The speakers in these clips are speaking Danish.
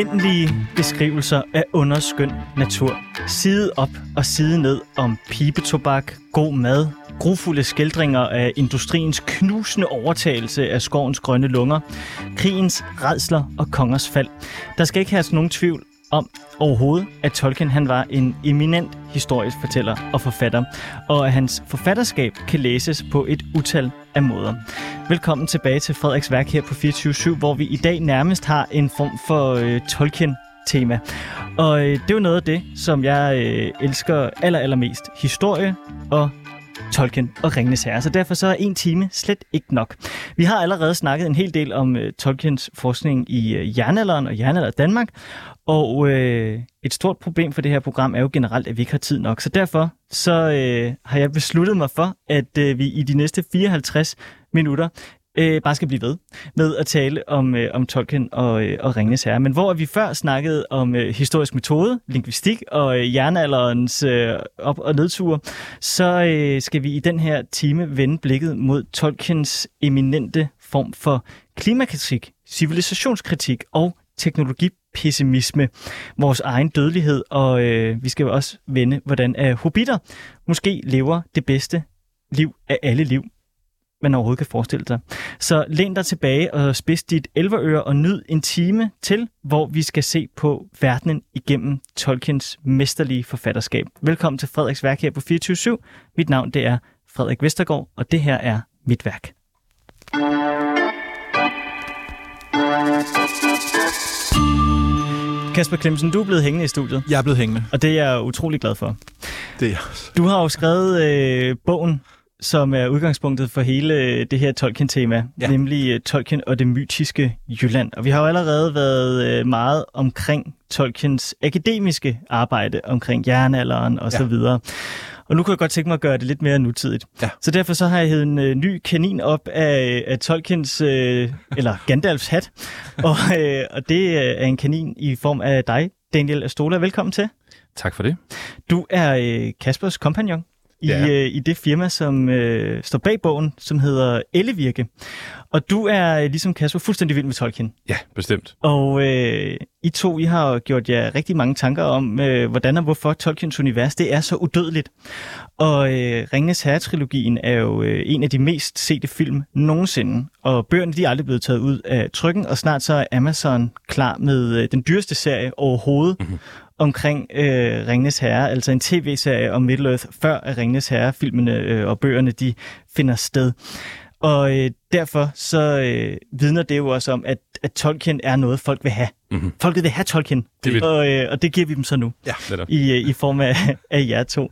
Uendelige beskrivelser af underskøn natur. Side op og side ned om pibetobak, god mad, grufulde skildringer af industriens knusende overtagelse af skovens grønne lunger, krigens rædsler og kongers fald. Der skal ikke have nogen tvivl om overhovedet, at Tolkien han var en eminent historisk fortæller og forfatter, og at hans forfatterskab kan læses på et utal af måder. Velkommen tilbage til Frederiks Værk her på 24/7, hvor vi i dag nærmest har en form for Tolkien-tema. Og det er jo noget af det, som jeg elsker allermest. Historie og Tolkien og Ringenes Herre. Så derfor så er en time slet ikke nok. Vi har allerede snakket en hel del om Tolkiens forskning i jernalderen og jernalder Danmark. Og et stort problem for det her program er jo generelt, at vi ikke har tid nok. Så derfor så har jeg besluttet mig for, at vi i de næste 54 minutter bare skal blive ved med at tale om Tolkien og Ringenes Herre. Men hvor vi før snakkede om historisk metode, lingvistik og jernalderens op- og nedture, så skal vi i den her time vende blikket mod Tolkiens eminente form for klimakritik, civilisationskritik og teknologipessimisme, vores egen dødelighed, og vi skal jo også vende, hvordan hobitter måske lever det bedste liv af alle liv, man overhovedet kan forestille sig. Så læn dig tilbage og spids dit elverøre og nyd en time til, hvor vi skal se på verdenen igennem Tolkiens mesterlige forfatterskab. Velkommen til Frederiks Værk her på 24/7. Mit navn det er Frederik Vestergaard, og det her er mit værk. Kasper Clemmensen, du er blevet hængende i studiet. Jeg er blevet hængende. Og det er jeg utrolig glad for. Det er jeg også. Du har jo skrevet bogen, som er udgangspunktet for hele det her Tolkien-tema, nemlig Tolkien og det mytiske Jylland. Og vi har jo allerede været meget omkring Tolkiens akademiske arbejde, omkring jernalderen og så videre. Og nu kunne jeg godt tænke mig at gøre det lidt mere nutidigt. Ja. Så derfor så har jeg hævet en ny kanin op af Tolkiens, eller Gandalfs hat. Og det er en kanin i form af dig, Daniel Astola. Velkommen til. Tak for det. Du er Kaspers kompagnon i det firma, som står bag bogen, som hedder Ellevirke. Og du er, ligesom Kasper, fuldstændig vild med Tolkien. Ja, bestemt. Og I har gjort jer rigtig mange tanker om, hvordan og hvorfor Tolkiens univers det er så udødeligt. Og Ringenes Herre-trilogien er jo en af de mest sete film nogensinde. Og bøgerne de er aldrig blevet taget ud af trykken, og snart så er Amazon klar med den dyreste serie overhovedet. Mm-hmm. Omkring Ringenes Herre, altså en tv-serie om Middle-earth, før at Ringenes Herre-filmene og bøgerne de finder sted. Og derfor så vidner det jo også om, at Tolkien er noget, folk vil have. Mm-hmm. Folket vil have Tolkien, og det giver vi dem så nu, i form af jer to.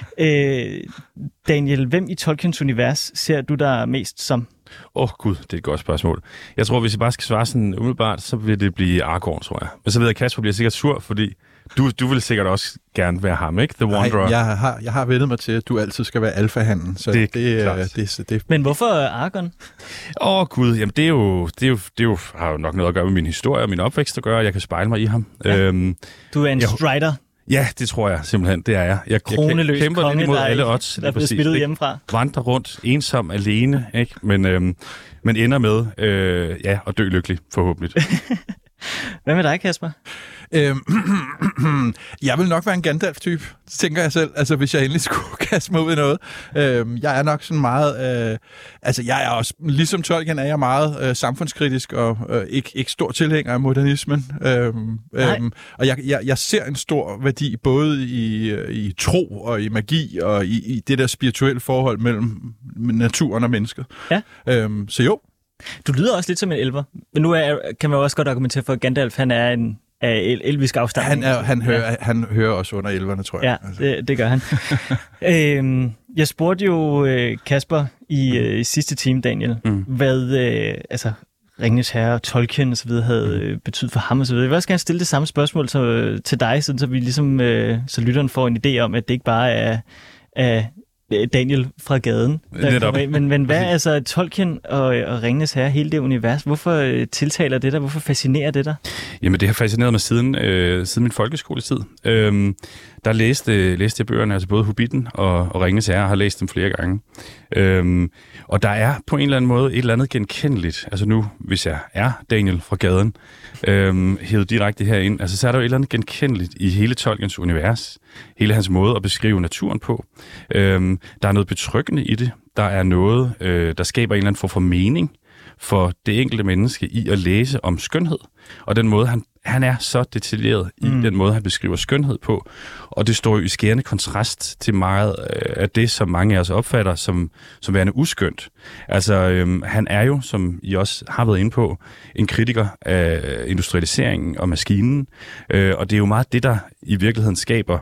Daniel, hvem i Tolkiens univers ser du der mest som? Gud, det er et godt spørgsmål. Jeg tror, hvis jeg bare skal svare sådan umiddelbart, så vil det blive Aragorn, tror jeg. Men så ved jeg, at Kasper bliver sikkert sur, fordi du vil sikkert også gerne være ham, ikke? The Wanderer. Nej, jeg har vendet mig til, at du altid skal være alfahanden. Så det. Men hvorfor Aragorn? Gud, jamen det er jo har jo nok noget at gøre med min historie og min opvækst at gøre, jeg kan spejle mig i ham. Ja. Du er en strider. Ja, det tror jeg simpelthen, det er jeg. Jeg kæmper lidt imod alle odds. Der er blevet spillet hjemmefra. Vandrer rundt, ensom, alene, ikke? Men ender med at dø lykkelig, forhåbentlig. Hvad med dig, Kasper? Jeg vil nok være en Gandalf-type, tænker jeg selv, altså hvis jeg endelig skulle kaste mig ud i noget. Jeg er nok sådan meget, jeg er også, ligesom Tolkien er jeg meget samfundskritisk og ikke stor tilhænger af modernismen. Og jeg ser en stor værdi både i tro og i magi og i det der spirituelle forhold mellem naturen og mennesket. Ja. Så jo. Du lyder også lidt som en elver, men nu kan man jo også godt argumentere for, at Gandalf han er en elvisk afstamning. Han hører også under elverne, tror jeg. Ja, det gør han. Jeg spurgte jo Kasper i sidste time, Daniel, hvad Ringenes Herre og Tolkien og så videre havde betydet for ham og så videre. Jeg vil også gerne stille det samme spørgsmål til dig, så vi ligesom så lytteren får en idé om, at det ikke bare er Daniel fra gaden. Men hvad altså Tolkien og Ringenes Herre, hele det univers, hvorfor tiltaler det dig? Hvorfor fascinerer det dig? Jamen, det har fascineret mig siden min folkeskoletid. Der læste jeg bøgerne, altså både Hobbiten og Ringenes Herre, har læst dem flere gange. Og der er på en eller anden måde et eller andet genkendeligt. Altså nu, hvis jeg er Daniel fra gaden, hævet direkte herind, altså så er der jo et eller andet genkendeligt i hele Tolkiens univers. Hele hans måde at beskrive naturen på. Der er noget betryggende i det. Der er noget, der skaber en eller anden form for mening for det enkelte menneske i at læse om skønhed. Og den måde, han er så detaljeret i den måde, han beskriver skønhed på. Og det står jo i skærende kontrast til meget af det, som mange af os opfatter som værende uskønt. Altså, han er jo, som I også har været inde på, en kritiker af industrialiseringen og maskinen. Og det er jo meget det, der i virkeligheden skaber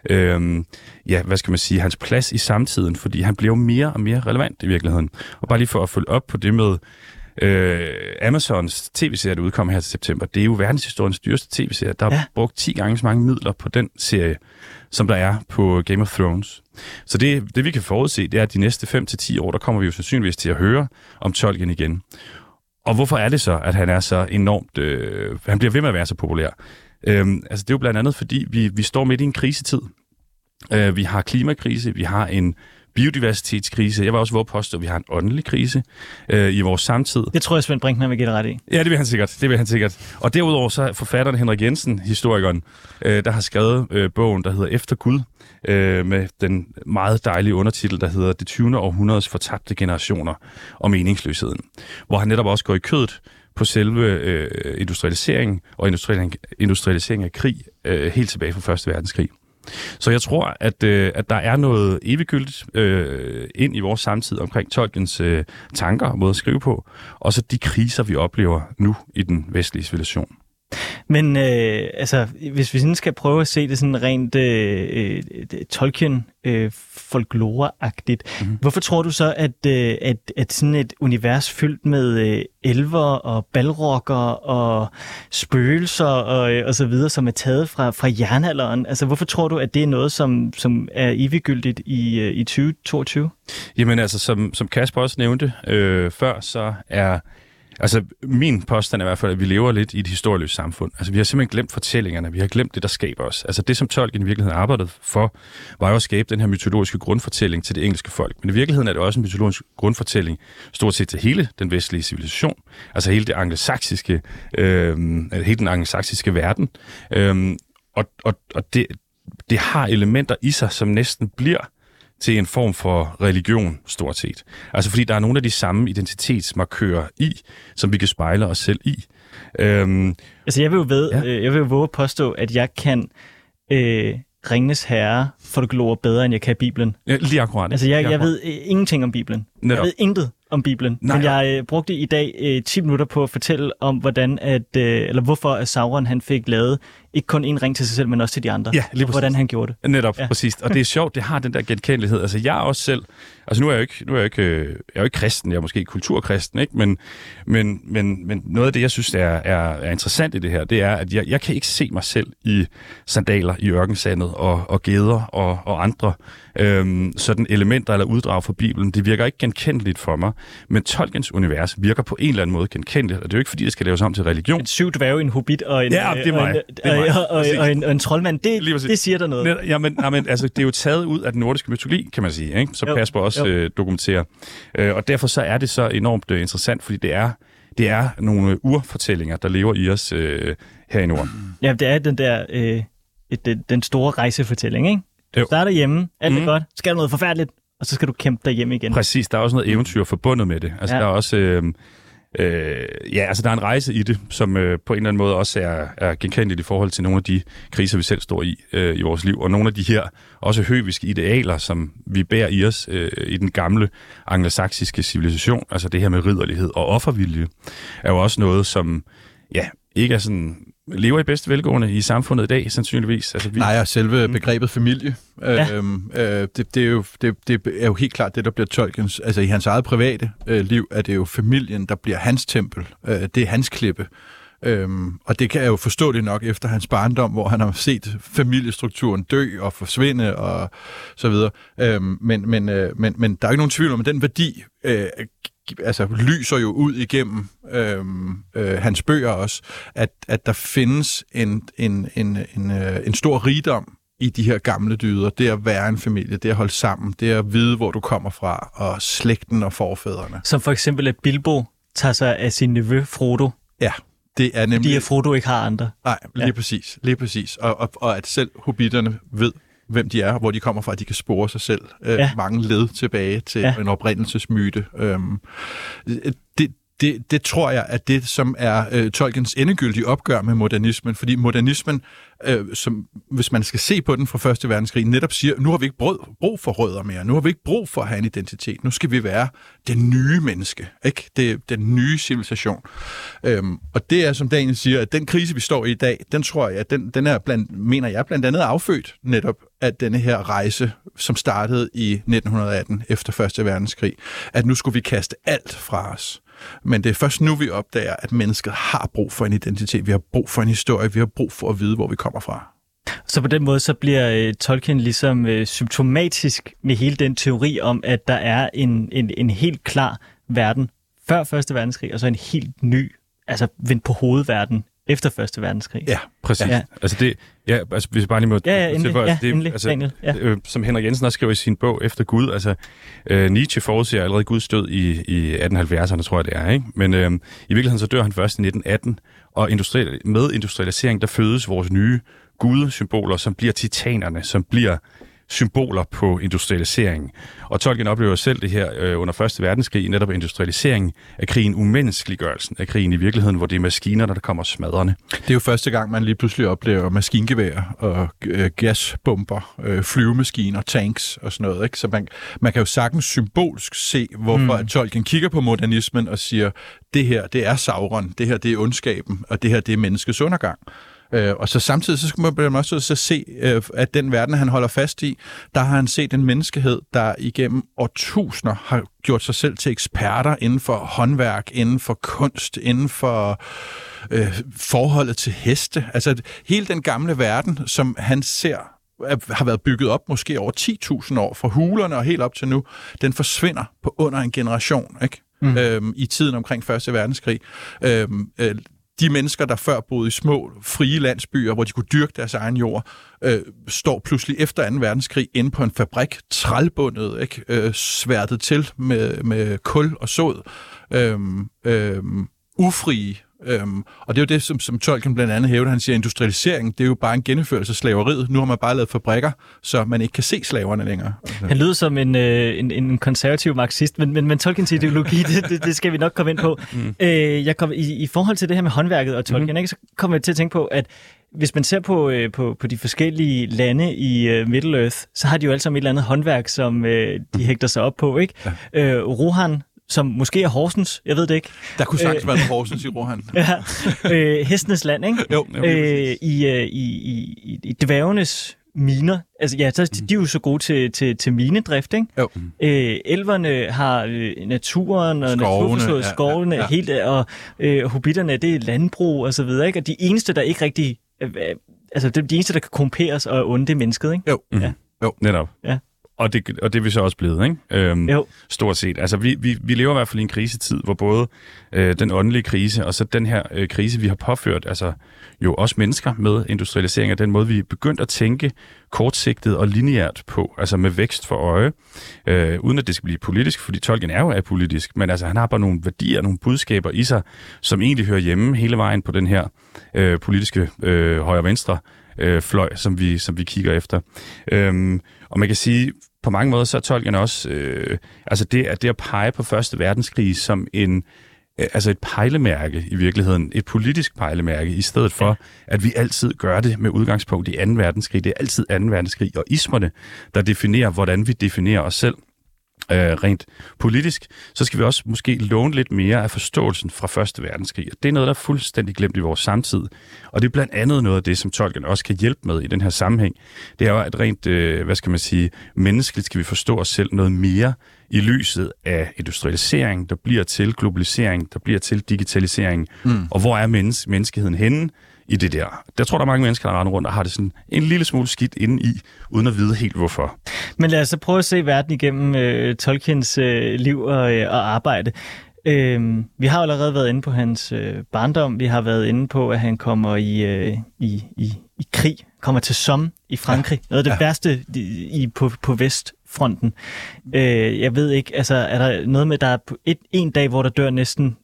hans plads i samtiden, fordi han bliver jo mere og mere relevant i virkeligheden. Og bare lige for at følge op på det med Amazons tv-serie, der udkom her til september, det er jo verdenshistoriens dyreste tv-serie. Der er brugt 10 gange så mange midler på den serie, som der er på Game of Thrones. Så det vi kan forudse, det er, at de næste 5-10 år, der kommer vi jo sandsynligvis til at høre om Tolkien igen. Og hvorfor er det så, at han er så enormt... han bliver ved med at være så populær? Altså det er jo blandt andet, fordi vi står midt i en krisetid. Vi har klimakrise, vi har en biodiversitetskrise. Jeg var også våge påstå, at vi har en åndelig krise i vores samtid. Det tror jeg, Svend Brinkmann vil give ret i. Ja, det vil han sikkert. Og derudover så er forfatteren Henrik Jensen, historikeren, der har skrevet bogen, der hedder Efter Gud, med den meget dejlige undertitel, der hedder Det 20. århundredes fortabte generationer og meningsløsheden. Hvor han netop også går i kødet på selve industrialiseringen og industrialisering af krig helt tilbage fra Første Verdenskrig. Så jeg tror, at der er noget eviggyldigt ind i vores samtid omkring Tolkiens tanker og måde at skrive på, og så de kriser, vi oplever nu i den vestlige civilisation. Men hvis vi sådan skal prøve at se det sådan rent Tolkien folklore-agtigt, hvorfor tror du så, at sådan et univers fyldt med elver og balrokker og spøgelser og så videre, som er taget fra jernalderen, altså hvorfor tror du, at det er noget, som er eviggyldigt i 2022? Jamen altså, som Kasper også nævnte før, så er... Altså, min påstand er i hvert fald, at vi lever lidt i et historieløst samfund. Altså, vi har simpelthen glemt fortællingerne. Vi har glemt det, der skaber os. Altså, det, som Tolkien i virkeligheden arbejdede for, var jo at skabe den her mytologiske grundfortælling til det engelske folk. Men i virkeligheden er det også en mytologisk grundfortælling stort set til hele den vestlige civilisation. Altså, hele den angelsaksiske verden. Og det har elementer i sig, som næsten bliver til en form for religion, stort set. Altså fordi der er nogle af de samme identitetsmarkører i, som vi kan spejle os selv i. Altså jeg vil jo våge at påstå, at jeg kan Ringenes Herre folklore bedre, end jeg kan Bibelen. Ja, lige akkurat. Altså jeg ved ingenting om Bibelen. Netop. Jeg ved intet om Bibelen. Nej, men jeg brugte i dag 10 minutter på at fortælle om, hvorfor Sauron han fik lavet ikke kun en ring til sig selv, men også til de andre. Ja, lige præcis. Hvordan han gjorde det. Netop, præcis. Og det er sjovt, det har den der genkendelighed. Altså jeg er også selv, altså nu er jeg jo ikke kristen, jeg er måske kulturkristen, ikke? Men noget af det, jeg synes er interessant i det her, det er, at jeg kan ikke se mig selv i sandaler i ørkensandet og geder og andre sådan elementer eller uddrag fra Bibelen. Det virker ikke genkendeligt for mig, men Tolkiens univers virker på en eller anden måde genkendeligt, og det er jo ikke, fordi det skal laves om til religion. Et 7 dværge, en hobbit og en troldmand, det siger der noget. Jamen, altså, det er jo taget ud af den nordiske mytologi, kan man sige, ikke? Så Kasper også dokumenterer. Og derfor så er det så enormt interessant, fordi det er nogle urfortællinger, der lever i os her i Norden. Ja, det er den der den store rejsefortælling, ikke? Du starter hjemme, alt er godt, skal der noget forfærdeligt, og så skal du kæmpe dig hjem igen. Præcis, der er også noget eventyr forbundet med det. Altså, der er også... der er en rejse i det, som på en eller anden måde også er genkendeligt i forhold til nogle af de kriser, vi selv står i vores liv, og nogle af de her også høviske idealer, som vi bærer i os i den gamle angelsaksiske civilisation, altså det her med ridderlighed og offervilje, er jo også noget, som ikke er sådan... lever i bedste velgående i samfundet i dag, sandsynligvis. Altså, Nej, og selve begrebet familie, det er jo helt klart det, der bliver Tolkiens, altså i hans eget private liv, er det jo familien, der bliver hans tempel, det er hans klippe. Og det kan jeg jo forstå det nok efter hans barndom, hvor han har set familiestrukturen dø og forsvinde og så videre. Men der er ikke nogen tvivl om, at den værdi lyser jo ud igennem hans bøger også, at der findes en stor rigdom i de her gamle dyder. Det at være en familie, det at holde sammen, det at vide, hvor du kommer fra, og slægten og forfædrene. Som for eksempel, at Bilbo tager sig af sin nevø Frodo. Ja, det er nemlig... Fordi at Frodo ikke har andre. Nej, lige præcis. Og at selv hobitterne ved, hvem de er, og hvor de kommer fra, at de kan spore sig selv mange led tilbage til en oprindelsesmyte. Det tror jeg er det, som er Tolkiens endegyldige opgør med modernismen, fordi modernismen, som, hvis man skal se på den fra Første Verdenskrig, netop siger, nu har vi ikke brug for rødder mere, nu har vi ikke brug for at have en identitet, nu skal vi være det nye menneske, ikke? Det er den nye civilisation. Og det er, som Daniel siger, at den krise, vi står i dag, den tror jeg, at den er mener jeg blandt andet affødt netop af denne her rejse, som startede i 1918 efter Første Verdenskrig, at nu skulle vi kaste alt fra os. Men det er først nu, vi opdager, at mennesket har brug for en identitet. Vi har brug for en historie. Vi har brug for at vide, hvor vi kommer fra. Så på den måde, så bliver Tolkien ligesom symptomatisk med hele den teori om, at der er en helt klar verden før Første Verdenskrig, og så en helt ny, altså vendt på hovedverden efter Første Verdenskrig. Ja, præcis. Ja. Altså hvis jeg bare lige må... endelig. Som Henrik Jensen også skriver i sin bog Efter Gud, altså Nietzsche forudser allerede Guds død i 1870'erne, tror jeg det er, ikke? Men i virkeligheden så dør han først i 1918, og med industrialisering, der fødes vores nye gudesymboler, som bliver titanerne, som bliver symboler på industrialiseringen. Og Tolkien oplever selv det her under Første Verdenskrig, netop industrialiseringen af krigen, umenneskeliggørelsen af krigen i virkeligheden, hvor det er maskiner, der kommer smadrende. Det er jo første gang, man lige pludselig oplever maskingevær og gasbomber, flyvemaskiner, tanks og sådan noget. Ikke? Så man kan jo sagtens symbolsk se, hvorfor at Tolkien kigger på modernismen og siger, det her, det er Sauron, det her, det er ondskaben, og det her, det er menneskets undergang. Og så samtidig så skal man også så se, at den verden, han holder fast i, der har han set en menneskehed, der igennem årtusinder har gjort sig selv til eksperter inden for håndværk, inden for kunst, inden for forholdet til heste. Altså hele den gamle verden, som han ser har været bygget op måske over 10.000 år, fra hulerne og helt op til nu, den forsvinder på under en generation, ikke? I tiden omkring Første Verdenskrig. De mennesker, der før boede i små, frie landsbyer, hvor de kunne dyrke deres egen jord, står pludselig efter 2. verdenskrig inde på en fabrik, trælbundet, ikke? Sværtet til med kul og sod, ufrie. Og det er jo det, som Tolkien blandt andet hævder. Han siger, at industrialisering, det er jo bare en gennemførelse af slaveriet. Nu har man bare lavet fabrikker, så man ikke kan se slaverne længere. Han lyder som en konservativ marxist, men Tolkiens ideologi, det skal vi nok komme ind på. Jeg kom, i forhold til det her med håndværket og Tolkien, ikke, så kommer jeg til at tænke på, at hvis man ser på de forskellige lande i Middle-earth, så har de jo alle sammen et eller andet håndværk, som de hægter sig op på, ikke? Ja. Rohan, som måske er Horsens, jeg ved det ikke. Der kunne sagtens være Horsens i Rohan. Hestenes land, ikke? Jo. I dværgenes miner. Altså ja, de er jo så gode til minedrift, ikke? Jo. Elverne har naturen og naturforstået skovene, helt, og hobitterne, det er landbrug og så videre, ikke? Og de eneste, der ikke rigtig... Altså de eneste, der kan korrumperes og er onde, det er mennesket, ikke? Jo. Ja. Jo. Netop. Ja. Og det er vi så også blevet, ikke? Stort set. Altså, vi lever i hvert fald i en krisetid, hvor både den åndelige krise og så den her krise, vi har påført, altså jo også mennesker med industrialisering, og den måde, vi er begyndt at tænke kortsigtet og lineært på, altså med vækst for øje, uden at det skal blive politisk, fordi Tolkien er jo apolitisk, men altså han har bare nogle værdier, nogle budskaber i sig, som egentlig hører hjemme hele vejen på den her politiske højre-venstre fløj, som vi kigger efter. Og man kan sige, på mange måder, så er Tolkien også, altså det at pege på Første Verdenskrig som et pejlemærke i virkeligheden, et politisk pejlemærke, i stedet for, at vi altid gør det med udgangspunkt i 2. verdenskrig. Det er altid 2. verdenskrig og ismerne, der definerer, hvordan vi definerer os selv. rent politisk, så skal vi også måske låne lidt mere af forståelsen fra Første Verdenskrig. Og det er noget, der er fuldstændig glemt i vores samtid. Og det er blandt andet noget af det, som Tolkien også kan hjælpe med i den her sammenhæng. Det er jo, at rent, menneskeligt skal vi forstå os selv noget mere i lyset af industrialisering, der bliver til globalisering, der bliver til digitalisering. Og hvor er menneskeheden henne i det der? Jeg tror, der er mange mennesker, der render rundt og har det sådan en lille smule skidt inde i, uden at vide helt hvorfor. Men lad os så prøve at se verden igennem Tolkiens liv og arbejde. Vi har allerede været inde på hans barndom. Vi har været inde på, at han kommer i krig, kommer til Somme i Frankrig. Noget af det værste på Vestfronten. Jeg ved ikke, altså er der noget med, der er en dag, hvor der dør næsten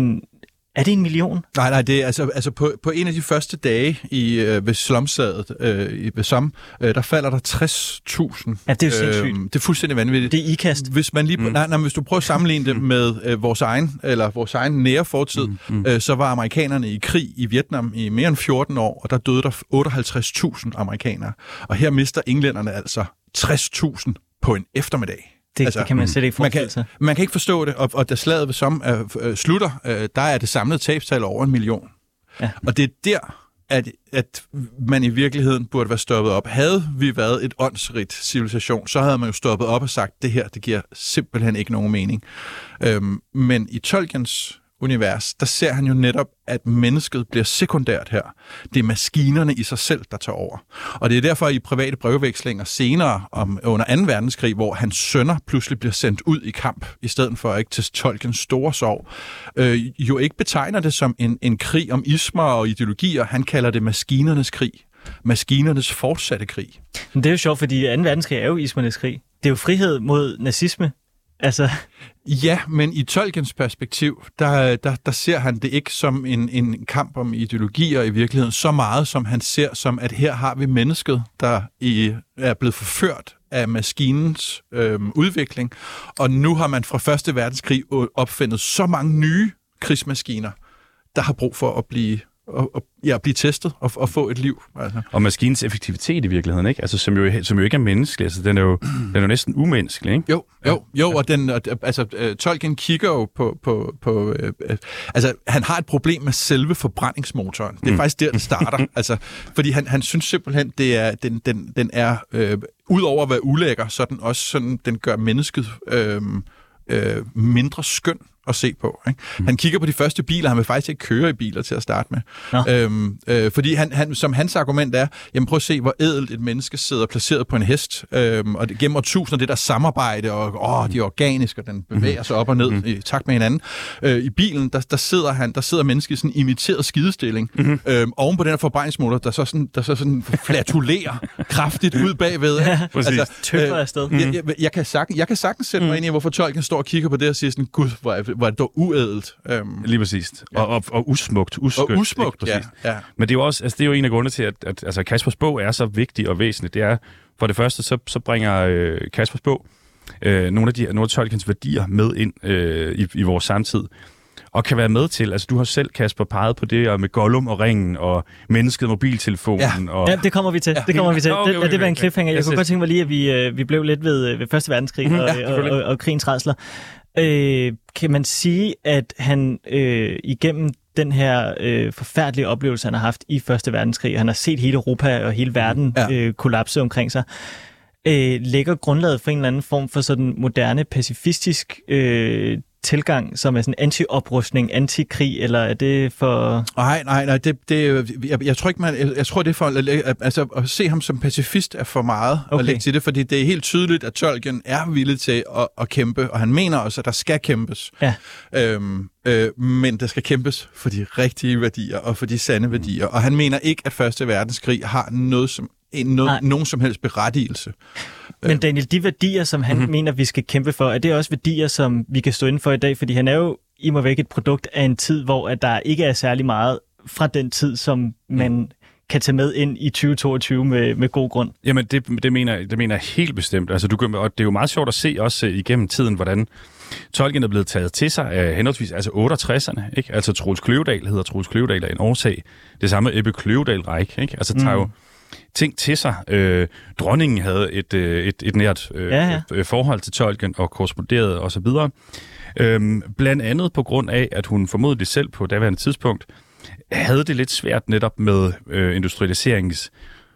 er det 1 million? Nej, det er altså på en af de første dage ved slumsadet ved Somme, der falder der 60.000. Ja, det er jo sindssygt. Det er fuldstændig vanvittigt. Det er ikast. Hvis man lige hvis du prøver at sammenligne det med vores egen nære fortid, så var amerikanerne i krig i Vietnam i mere end 14 år, og der døde der 58.000 amerikanere. Og her mister englænderne altså 60.000 på en eftermiddag. Det kan man slet ikke forestille sig. Man kan ikke forstå det, og da slaget ved Somme slutter, der er det samlede tabstal over 1 million. Ja. Og det er der, at man i virkeligheden burde være stoppet op. Havde vi været et åndsrigt civilisation, så havde man jo stoppet op og sagt, det her, det giver simpelthen ikke nogen mening. Men i Tolkiens univers, der ser han jo netop, at mennesket bliver sekundært her. Det er maskinerne i sig selv, der tager over. Og det er derfor i private brevvekslinger senere under 2. verdenskrig, hvor hans sønner pludselig bliver sendt ud i kamp, i stedet for ikke til Tolkiens store sorg, jo ikke betegner det som en krig om ismer og ideologier. Han kalder det maskinernes krig. Maskinernes fortsatte krig. Men det er jo sjovt, fordi 2. verdenskrig er jo ismernes krig. Det er jo frihed mod nazisme. Altså. Ja, men i Tolkiens perspektiv, der ser han det ikke som en kamp om ideologier i virkeligheden, så meget som han ser som, at her har vi mennesket, der er blevet forført af maskinens udvikling, og nu har man fra Første Verdenskrig opfundet så mange nye krigsmaskiner, der har brug for at blive testet og få et liv. Altså. Og maskinens effektivitet i virkeligheden, ikke? Altså, som jo ikke er menneskelig. Altså, den er jo næsten umenneskelig, ikke? Jo, og Tolkien kigger jo på altså, han har et problem med selve forbrændingsmotoren. Det er faktisk der, det starter. Altså, fordi han synes simpelthen, den er ud over at være ulækker, så den gør mennesket mindre skøn at se på. Ikke? Han kigger på de første biler, han vil faktisk ikke køre i biler til at starte med. Fordi som hans argument er, jamen prøv at se, hvor ædelt et menneske sidder placeret på en hest, og det gennem årtusinder, det der samarbejde, og de er organiske, og den bevæger sig op og ned i takt med hinanden. I bilen, der sidder mennesket i sådan en imiteret skidestilling, oven på den her forbrændingsmotor, der så sådan flatulerer kraftigt ud bagved. Ja, altså, tøffer afsted. Jeg kan sagtens sætte mig ind i, hvorfor Tolkien står og kigger på det og siger sådan, gud, hvor er det dog uædelt. Lige præcis. Ja. Og usmukt. Uskønt. Og usmukt, ja. Men det er jo også, det er jo en af grundene til, at altså, Kaspers bog er så vigtig og væsentlig. Det er, for det første, så bringer Kaspers bog nogle af Tolkiens værdier med ind i vores samtid. Og kan være med til, altså du har selv, Kasper, peget på det med Gollum og ringen og mennesket, mobiltelefonen. Ja, det kommer vi til. Det var en cliffhanger. Jeg kunne godt tænke mig lige, at vi blev lidt ved Første Verdenskrig og krigens rædsler. Kan man sige, at han igennem den her forfærdelige oplevelse, han har haft i Første Verdenskrig, han har set hele Europa og hele verden kollapse omkring sig, lægger grundlaget for en eller anden form for sådan moderne, pacifistisk tilgang, som er sådan anti-oprustning, anti-krig, eller er det for... Nej, jeg tror ikke, jeg tror, det er for... at se ham som pacifist er for meget at lægge til det, fordi det er helt tydeligt, at Tolkien er villig til at kæmpe, og han mener også, at der skal kæmpes. Ja. Men der skal kæmpes for de rigtige værdier, og for de sande værdier, og han mener ikke, at Første Verdenskrig har nogen som helst berettigelse. Men Daniel, de værdier, som han mener, vi skal kæmpe for, er det også værdier, som vi kan stå inden for i dag? Fordi han er jo immervæk et produkt af en tid, hvor at der ikke er særlig meget fra den tid, som man kan tage med ind i 2022 med god grund. Jamen, det mener jeg helt bestemt. Altså, og det er jo meget sjovt at se også igennem tiden, hvordan Tolkien er blevet taget til sig af henholdsvis 68'erne, ikke? Altså Troels Kløvedal hedder Troels Kløvedal af en årsag. Det samme Ebbe Kløvedal-Reich, ikke? Altså ting til sig. Dronningen havde et nært forhold til Tolkien og korresponderede osv. Blandt andet på grund af, at hun formodentlig selv på daværende tidspunkt havde det lidt svært netop med industrialiseringens,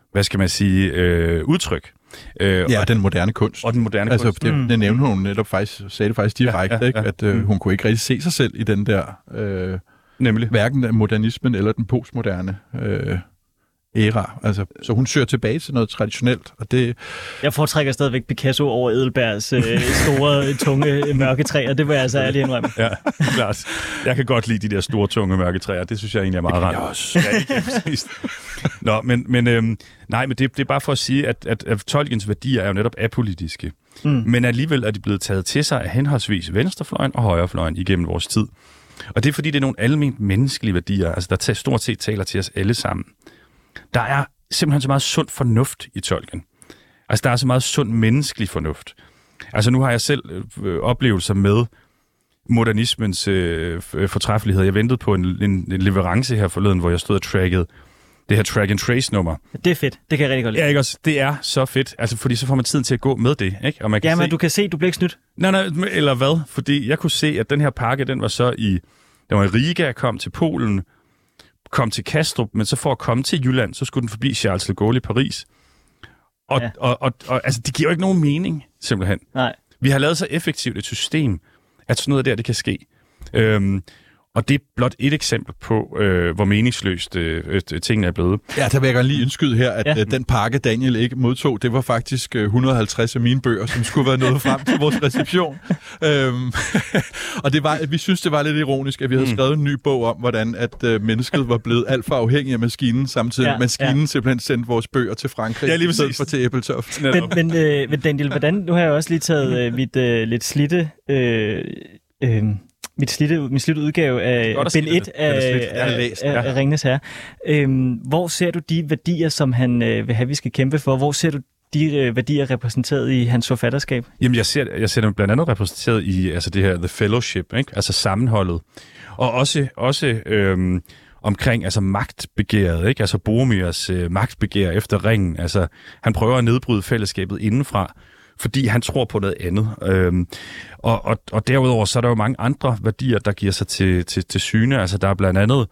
udtryk. Og den moderne kunst. Og den moderne kunst. Altså, det nævnte hun netop faktisk, sagde det faktisk direkte, ikke? At hun kunne ikke rigtig se sig selv i den der, nemlig hverken modernismen eller den postmoderne æra. Altså, så hun søger tilbage til noget traditionelt, og det... Jeg foretrækker stadigvæk Picasso over Edelbergs store, tunge, mørke træer. Det vil jeg altså ærligt indrømme. Ja, klart. Jeg kan godt lide de der store, tunge, mørke træer. Det synes jeg egentlig er meget rart. Det også. Nå, men det er bare for at sige, at Tolkiens værdier er jo netop apolitiske. Men alligevel er de blevet taget til sig af henholdsvis venstrefløjen og højrefløjen igennem vores tid. Og det er fordi, det er nogle alment menneskelige værdier, altså der stort set taler til os alle sammen. Der er simpelthen så meget sund fornuft i Tolkien. Altså, der er så meget sund menneskelig fornuft. Altså, nu har jeg selv oplevelser med modernismens fortræffelighed. Jeg ventede på en leverance her forleden, hvor jeg stod og trackede det her track and trace nummer. Det er fedt. Det kan jeg rigtig godt lide. Ja, ikke også? Det er så fedt. Altså, fordi så får man tiden til at gå med det, ikke? Og man kan men du kan se, du bliver ikke snydt. Nej, eller hvad? Fordi jeg kunne se, at den her pakke, den var i Riga, kom til Polen, kom til Kastrup, men så for at komme til Jylland, så skulle den forbi Charles de Gaulle i Paris. Og altså, det giver jo ikke nogen mening, simpelthen. Nej. Vi har lavet så effektivt et system, at sådan noget der, det kan ske. Og det er blot et eksempel på, hvor meningsløst tingene er blevet. Ja, der vil jeg godt lige indskyde her, at den pakke, Daniel ikke modtog, det var faktisk 150 af mine bøger, som skulle være nået frem til vores reception. Og vi synes, det var lidt ironisk, at vi havde skrevet en ny bog om, hvordan at mennesket var blevet alt for afhængig af maskinen, samtidig maskinen simpelthen sendte vores bøger til Frankrig, i stedet for til Ebeltoft. Men Daniel, hvordan, nu har jeg også lige taget mit lidt slidte... Min slidte udgave af Bind 1 af Ringenes Herre. Hvor ser du de værdier, som han vil have, vi skal kæmpe for? Hvor ser du de værdier repræsenteret i hans forfatterskab? Jamen, jeg ser dem blandt andet repræsenteret i det her The Fellowship, ikke? Altså sammenholdet. Og også omkring magtbegæret, ikke? Altså Boromirs magtbegær efter ringen. Altså, han prøver at nedbryde fællesskabet indenfra, fordi han tror på noget andet. Og derudover så er der jo mange andre værdier, der giver sig til syne. Altså der er blandt andet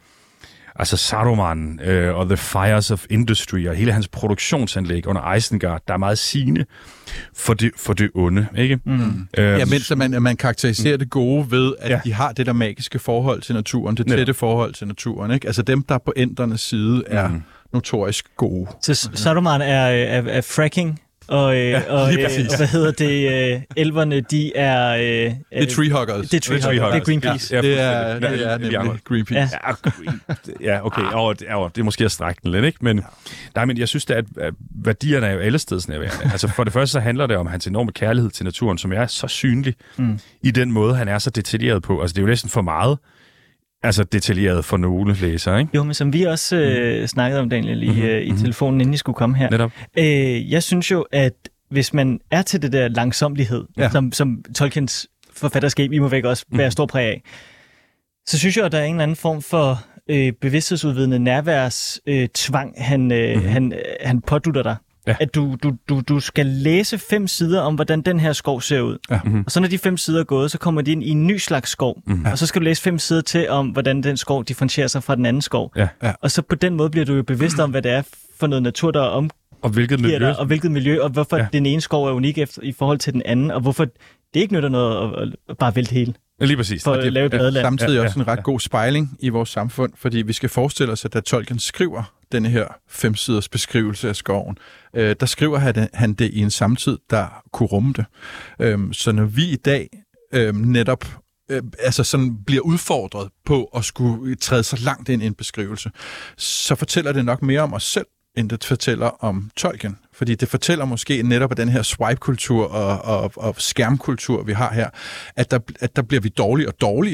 Saruman og The Fires of Industry og hele hans produktionsanlæg under Isengard, der er meget sigende for det onde, ikke? Mens man karakteriserer det gode ved, at de har det der magiske forhold til naturen, det tætte forhold til naturen, ikke? Altså dem, der på endernes side er notorisk gode. Så Saruman er fracking? Og hvad hedder det? Elverne, de er... det er treehuggers. Det er Greenpeace. Ja, det er Greenpeace. Ja, okay. Det er måske at strække den lidt, ikke? Men jeg synes, at værdierne er jo allestedsnærværende. Altså for det første så handler det om hans enorme kærlighed til naturen, som er så synlig i den måde, han er så detaljeret på. Altså det er jo næsten for meget detaljeret for nogle læsere, ikke? Jo, men som vi også snakkede om, Daniel, i telefonen, inden I skulle komme her. Netop. Jeg synes jo, at hvis man er til det der langsomlighed, som Tolkiens forfatterskab i må væk også være stor præg af, så synes jeg, at der er en eller anden form for bevidsthedsudvidende nærværs han pådutter dig. Ja. At du skal læse 5 sider om, hvordan den her skov ser ud. Ja. Og så når de 5 sider er gået, så kommer de ind i en ny slags skov. Og så skal du læse 5 sider til om, hvordan den skov differentierer sig fra den anden skov. Ja. Og så på den måde bliver du jo bevidst om, hvad det er for noget natur, der er og hvilket miljø, og hvorfor den ene skov er unik i forhold til den anden, og hvorfor det ikke nytter noget at bare vælte hele. Lige præcis. For at lave et badeland. Samtidig også en ret god spejling i vores samfund, fordi vi skal forestille os, at da Tolkien skriver denne her 5-siders beskrivelse af skoven, der skriver han det i en samtid, der kunne rumme det. Så når vi i dag netop sådan bliver udfordret på at skulle træde så langt ind i en beskrivelse, så fortæller det nok mere om os selv, end det fortæller om Tolkien. Fordi det fortæller måske netop af den her swipe-kultur og skærmkultur, vi har her, at der bliver vi dårligere og dårligere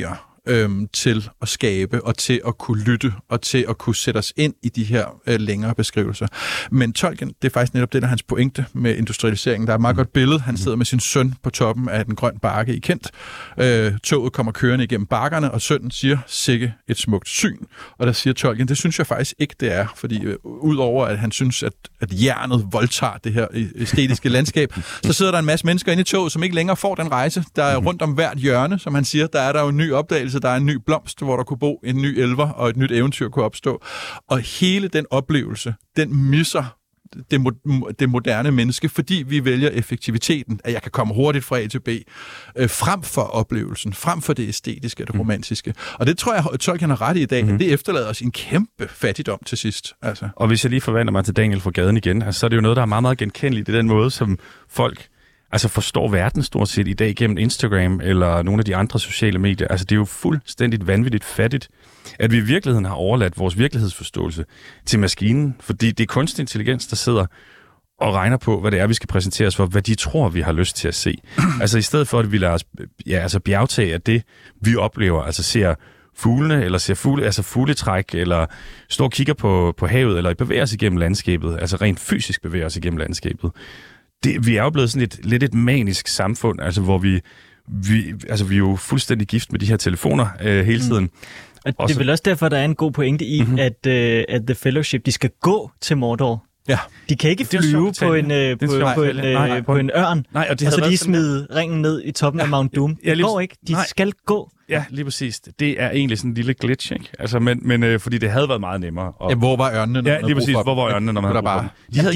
til at skabe, og til at kunne lytte, og til at kunne sætte os ind i de her længere beskrivelser. Men Tolkien, det er faktisk netop det, der er hans pointe med industrialiseringen. Der er et meget godt billede. Han sidder med sin søn på toppen af den grønne bakke i Kent. Toget kommer kørende igennem bakkerne, og sønnen siger, sikke et smukt syn. Og der siger Tolkien, det synes jeg faktisk ikke, det er, fordi udover at han synes, at jernet voldtager det her æstetiske landskab, så sidder der en masse mennesker inde i toget, som ikke længere får den rejse. Der er rundt om hvert hjørne, som han siger, der er der jo en ny opdagelse, der er en ny blomst, hvor der kunne bo en ny elver, og et nyt eventyr kunne opstå. Og hele den oplevelse, den misser det moderne menneske, fordi vi vælger effektiviteten, at jeg kan komme hurtigt fra A til B, frem for oplevelsen, frem for det æstetiske og det romantiske. Og det tror jeg, at Tolkien har ret i dag, at det efterlader os en kæmpe fattigdom til sidst. Altså. Og hvis jeg lige forvandler mig til Daniel fra Gaden igen, altså, så er det jo noget, der er meget, meget genkendeligt i den måde, som folk forstår verden stort set i dag gennem Instagram eller nogle af de andre sociale medier. Altså, det er jo fuldstændigt vanvittigt fattigt, at vi i virkeligheden har overladt vores virkelighedsforståelse til maskinen, fordi det er kunstig intelligens, der sidder og regner på, hvad det er, vi skal præsentere os for, hvad de tror, vi har lyst til at se. Altså, i stedet for, at vi lader os bjergtage af det, vi oplever, altså ser fuglene, eller ser fugletræk, eller står og kigger på havet, eller bevæger os igennem landskabet, altså rent fysisk bevæger os igennem landskabet. Vi er jo blevet sådan lidt et manisk samfund, altså hvor vi er jo fuldstændig gift med de her telefoner hele tiden. Og det er vel også derfor, der er en god pointe i, at The Fellowship, de skal gå til Mordor. Ja. De kan ikke flyve på en ørn, nej, og så de smide ringen ned i toppen af Mount Doom. Det går ikke. De skal gå. Ja, lige præcis. Det er egentlig sådan en lille glitch, ikke? Altså, men fordi det havde været meget nemmere. Og hvor var ørnene? Ja, lige præcis. Hvor var ørnene, når man havde brug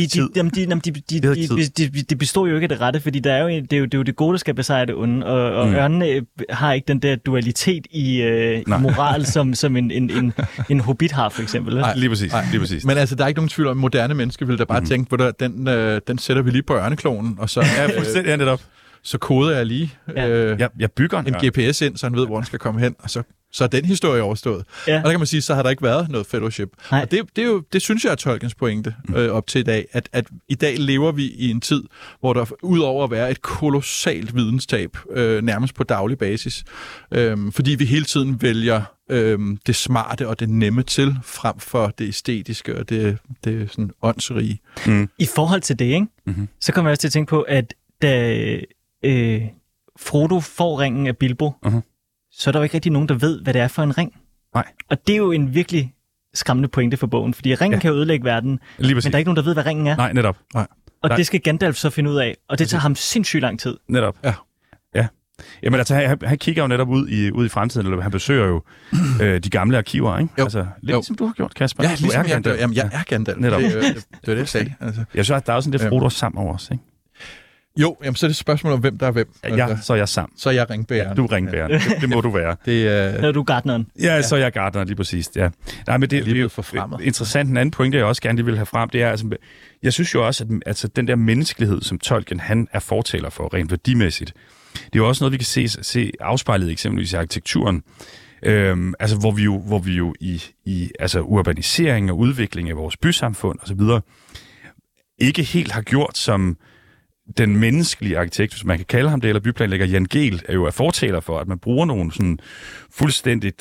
for dem? De bestod jo ikke af det rette, fordi det er jo det gode, der skal besejre det onde, og ørnene har ikke den der dualitet i moral, som en hobbit har, for eksempel. Nej, lige præcis. Men altså, der er ikke nogen tvivl om, moderne mennesker vil da bare tænke, den sætter vi lige på ørneklonen, og så... Ja, fuldstændig netop. Så koder jeg lige jeg bygger en GPS ind, så han ved, hvor han skal komme hen, og så er den historie overstået. Ja. Og der kan man sige, så har der ikke været noget fellowship. Nej. Og det synes jeg er Tolkiens pointe op til i dag, at i dag lever vi i en tid, hvor der udover at være et kolossalt videnstab, nærmest på daglig basis, fordi vi hele tiden vælger det smarte og det nemme til, frem for det æstetiske og det sådan åndsrige. I forhold til det, ikke? Så kommer jeg også til at tænke på, at da Frodo får ringen af Bilbo, så er der jo ikke rigtig nogen, der ved, hvad det er for en ring. Nej. Og det er jo en virkelig skræmmende pointe for bogen, fordi ringen kan jo ødelægge verden, men der er ikke nogen, der ved, hvad ringen er. Nej, netop. Nej. Og det skal Gandalf så finde ud af, og det tager ham sindssygt lang tid. Netop. Ja. Jamen altså, han kigger jo netop ud i fremtiden, eller han besøger jo de gamle arkiver, ikke? Jo. Altså, lidt som du har gjort, Kasper. Ja, ligesom jeg er Gandalf. Netop. Det er det, jeg sagde. Altså. Jeg synes, der er også sådan lidt Frodo sammen over os, ikke? Jo, jamen, så er det et spørgsmål om, hvem der er hvem. Ja, så er jeg Sam. Så er jeg ringbæreren. Ja, du er ringbæreren. Det må du være. Så er du gartneren. Ja, så er jeg gartneren, lige præcis. Ja. Nej, men det er jo interessant. En anden pointe, jeg også gerne vil have frem, det er, altså, jeg synes jo også, at den der menneskelighed, som Tolkien, han er fortaler for, rent værdimæssigt, det er jo også noget, vi kan se afspejlet eksempelvis i arkitekturen. Altså, hvor vi jo i altså, urbanisering og udvikling af vores bysamfund osv., ikke helt har gjort som den menneskelige arkitekt, hvis man kan kalde ham det, eller byplanlægger Jan Gehl, er jo fortaler for, at man bruger nogle sådan fuldstændigt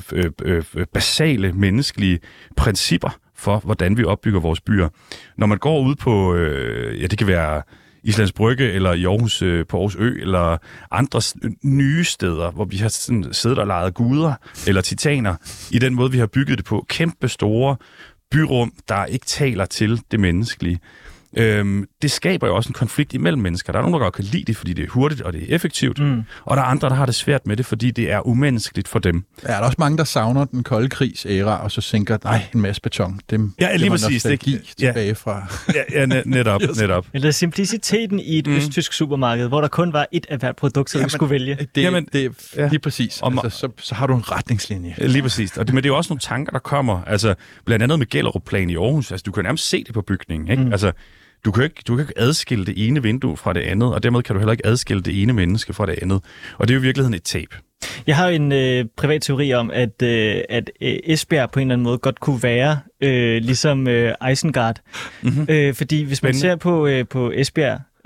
basale menneskelige principper for, hvordan vi opbygger vores byer. Når man går ud på, det kan være Islands Brygge, eller i Aarhus, på Aarhus Ø, eller andre nye steder, hvor vi har sådan siddet og leget guder, eller titaner, i den måde, vi har bygget det på. Kæmpe store byrum, der ikke taler til det menneskelige. Det skaber jo også en konflikt imellem mennesker. Der er nogen, der godt kan lide det, fordi det er hurtigt og det er effektivt. Og der er andre, der har det svært med det, fordi det er umenneskeligt for dem. Ja, der er også mange, der savner den kolde krigs æra, og så tænker, nej, en masse beton. Det lige præcis. Tilbage fra... netop. Eller simpliciteten i et østtysk supermarked, hvor der kun var et af hvert produkt, som du skulle vælge. Lige præcis. Altså, så har du en retningslinje. Lige præcis. Men det er jo også nogle tanker, der kommer. Altså, blandt andet med Gellerup-plan i Aarhus. Altså, du kan nærmest se det på bygningen, ikke? Altså, du kan ikke adskille det ene vindue fra det andet, og dermed kan du heller ikke adskille det ene menneske fra det andet. Og det er jo i virkeligheden et tab. Jeg har en privat teori om, at Esbjerg på en eller anden måde godt kunne være ligesom Isengard. Fordi hvis man ser på Esbjerg,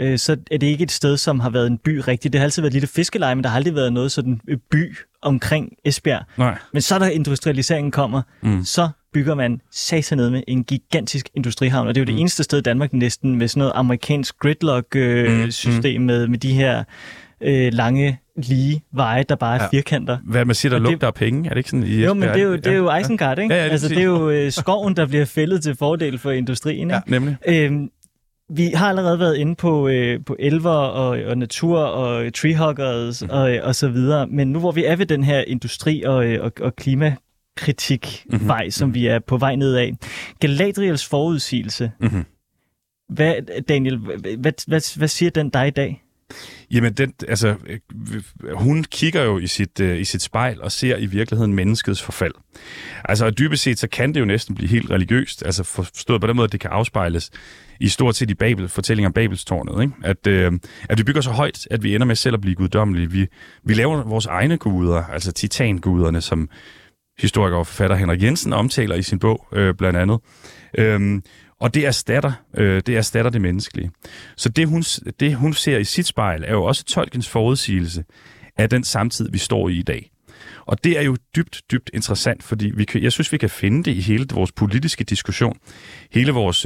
så er det ikke et sted, som har været en by rigtigt. Det har altid været et lille fiskeleje, men der har aldrig været noget sådan by omkring Esbjerg. Nej. Men så da industrialiseringen kommer, så bygger man ned med en gigantisk industrihavn, og det er jo det eneste sted i Danmark næsten med sådan noget amerikansk gridlock-system med de her lange, lige veje, der bare er firkanter. Hvad man siger, der lugter af penge? Er det ikke sådan i Esbjerg? Jo, men det er jo Isengard, ikke? Ja, det er jo skoven, der bliver fældet til fordel for industrien, ikke? Ja, nemlig. Vi har allerede været inde på elver og natur og treehuggers og så videre, men nu hvor vi er ved den her industri og klimakritik-vej, som vi er på vej ned af. Galadriels forudsigelse. Daniel, hvad siger den dig i dag? Jamen, hun kigger jo i sit spejl og ser i virkeligheden menneskets forfald. Altså, og dybest set, så kan det jo næsten blive helt religiøst. Altså, forstået på den måde, at det kan afspejles i stort set i fortællingen om Babelstårnet, ikke? At vi bygger så højt, at vi ender med selv at blive guddommelige. Vi laver vores egne guder, altså titanguderne, som historiker og forfatter Henrik Jensen omtaler i sin bog, blandt andet. Og det erstatter det menneskelige. Så det hun ser i sit spejl, er jo også Tolkiens forudsigelse af den samtid, vi står i dag. Og det er jo dybt, dybt interessant, fordi jeg synes, vi kan finde det i hele vores politiske diskussion. Hele vores,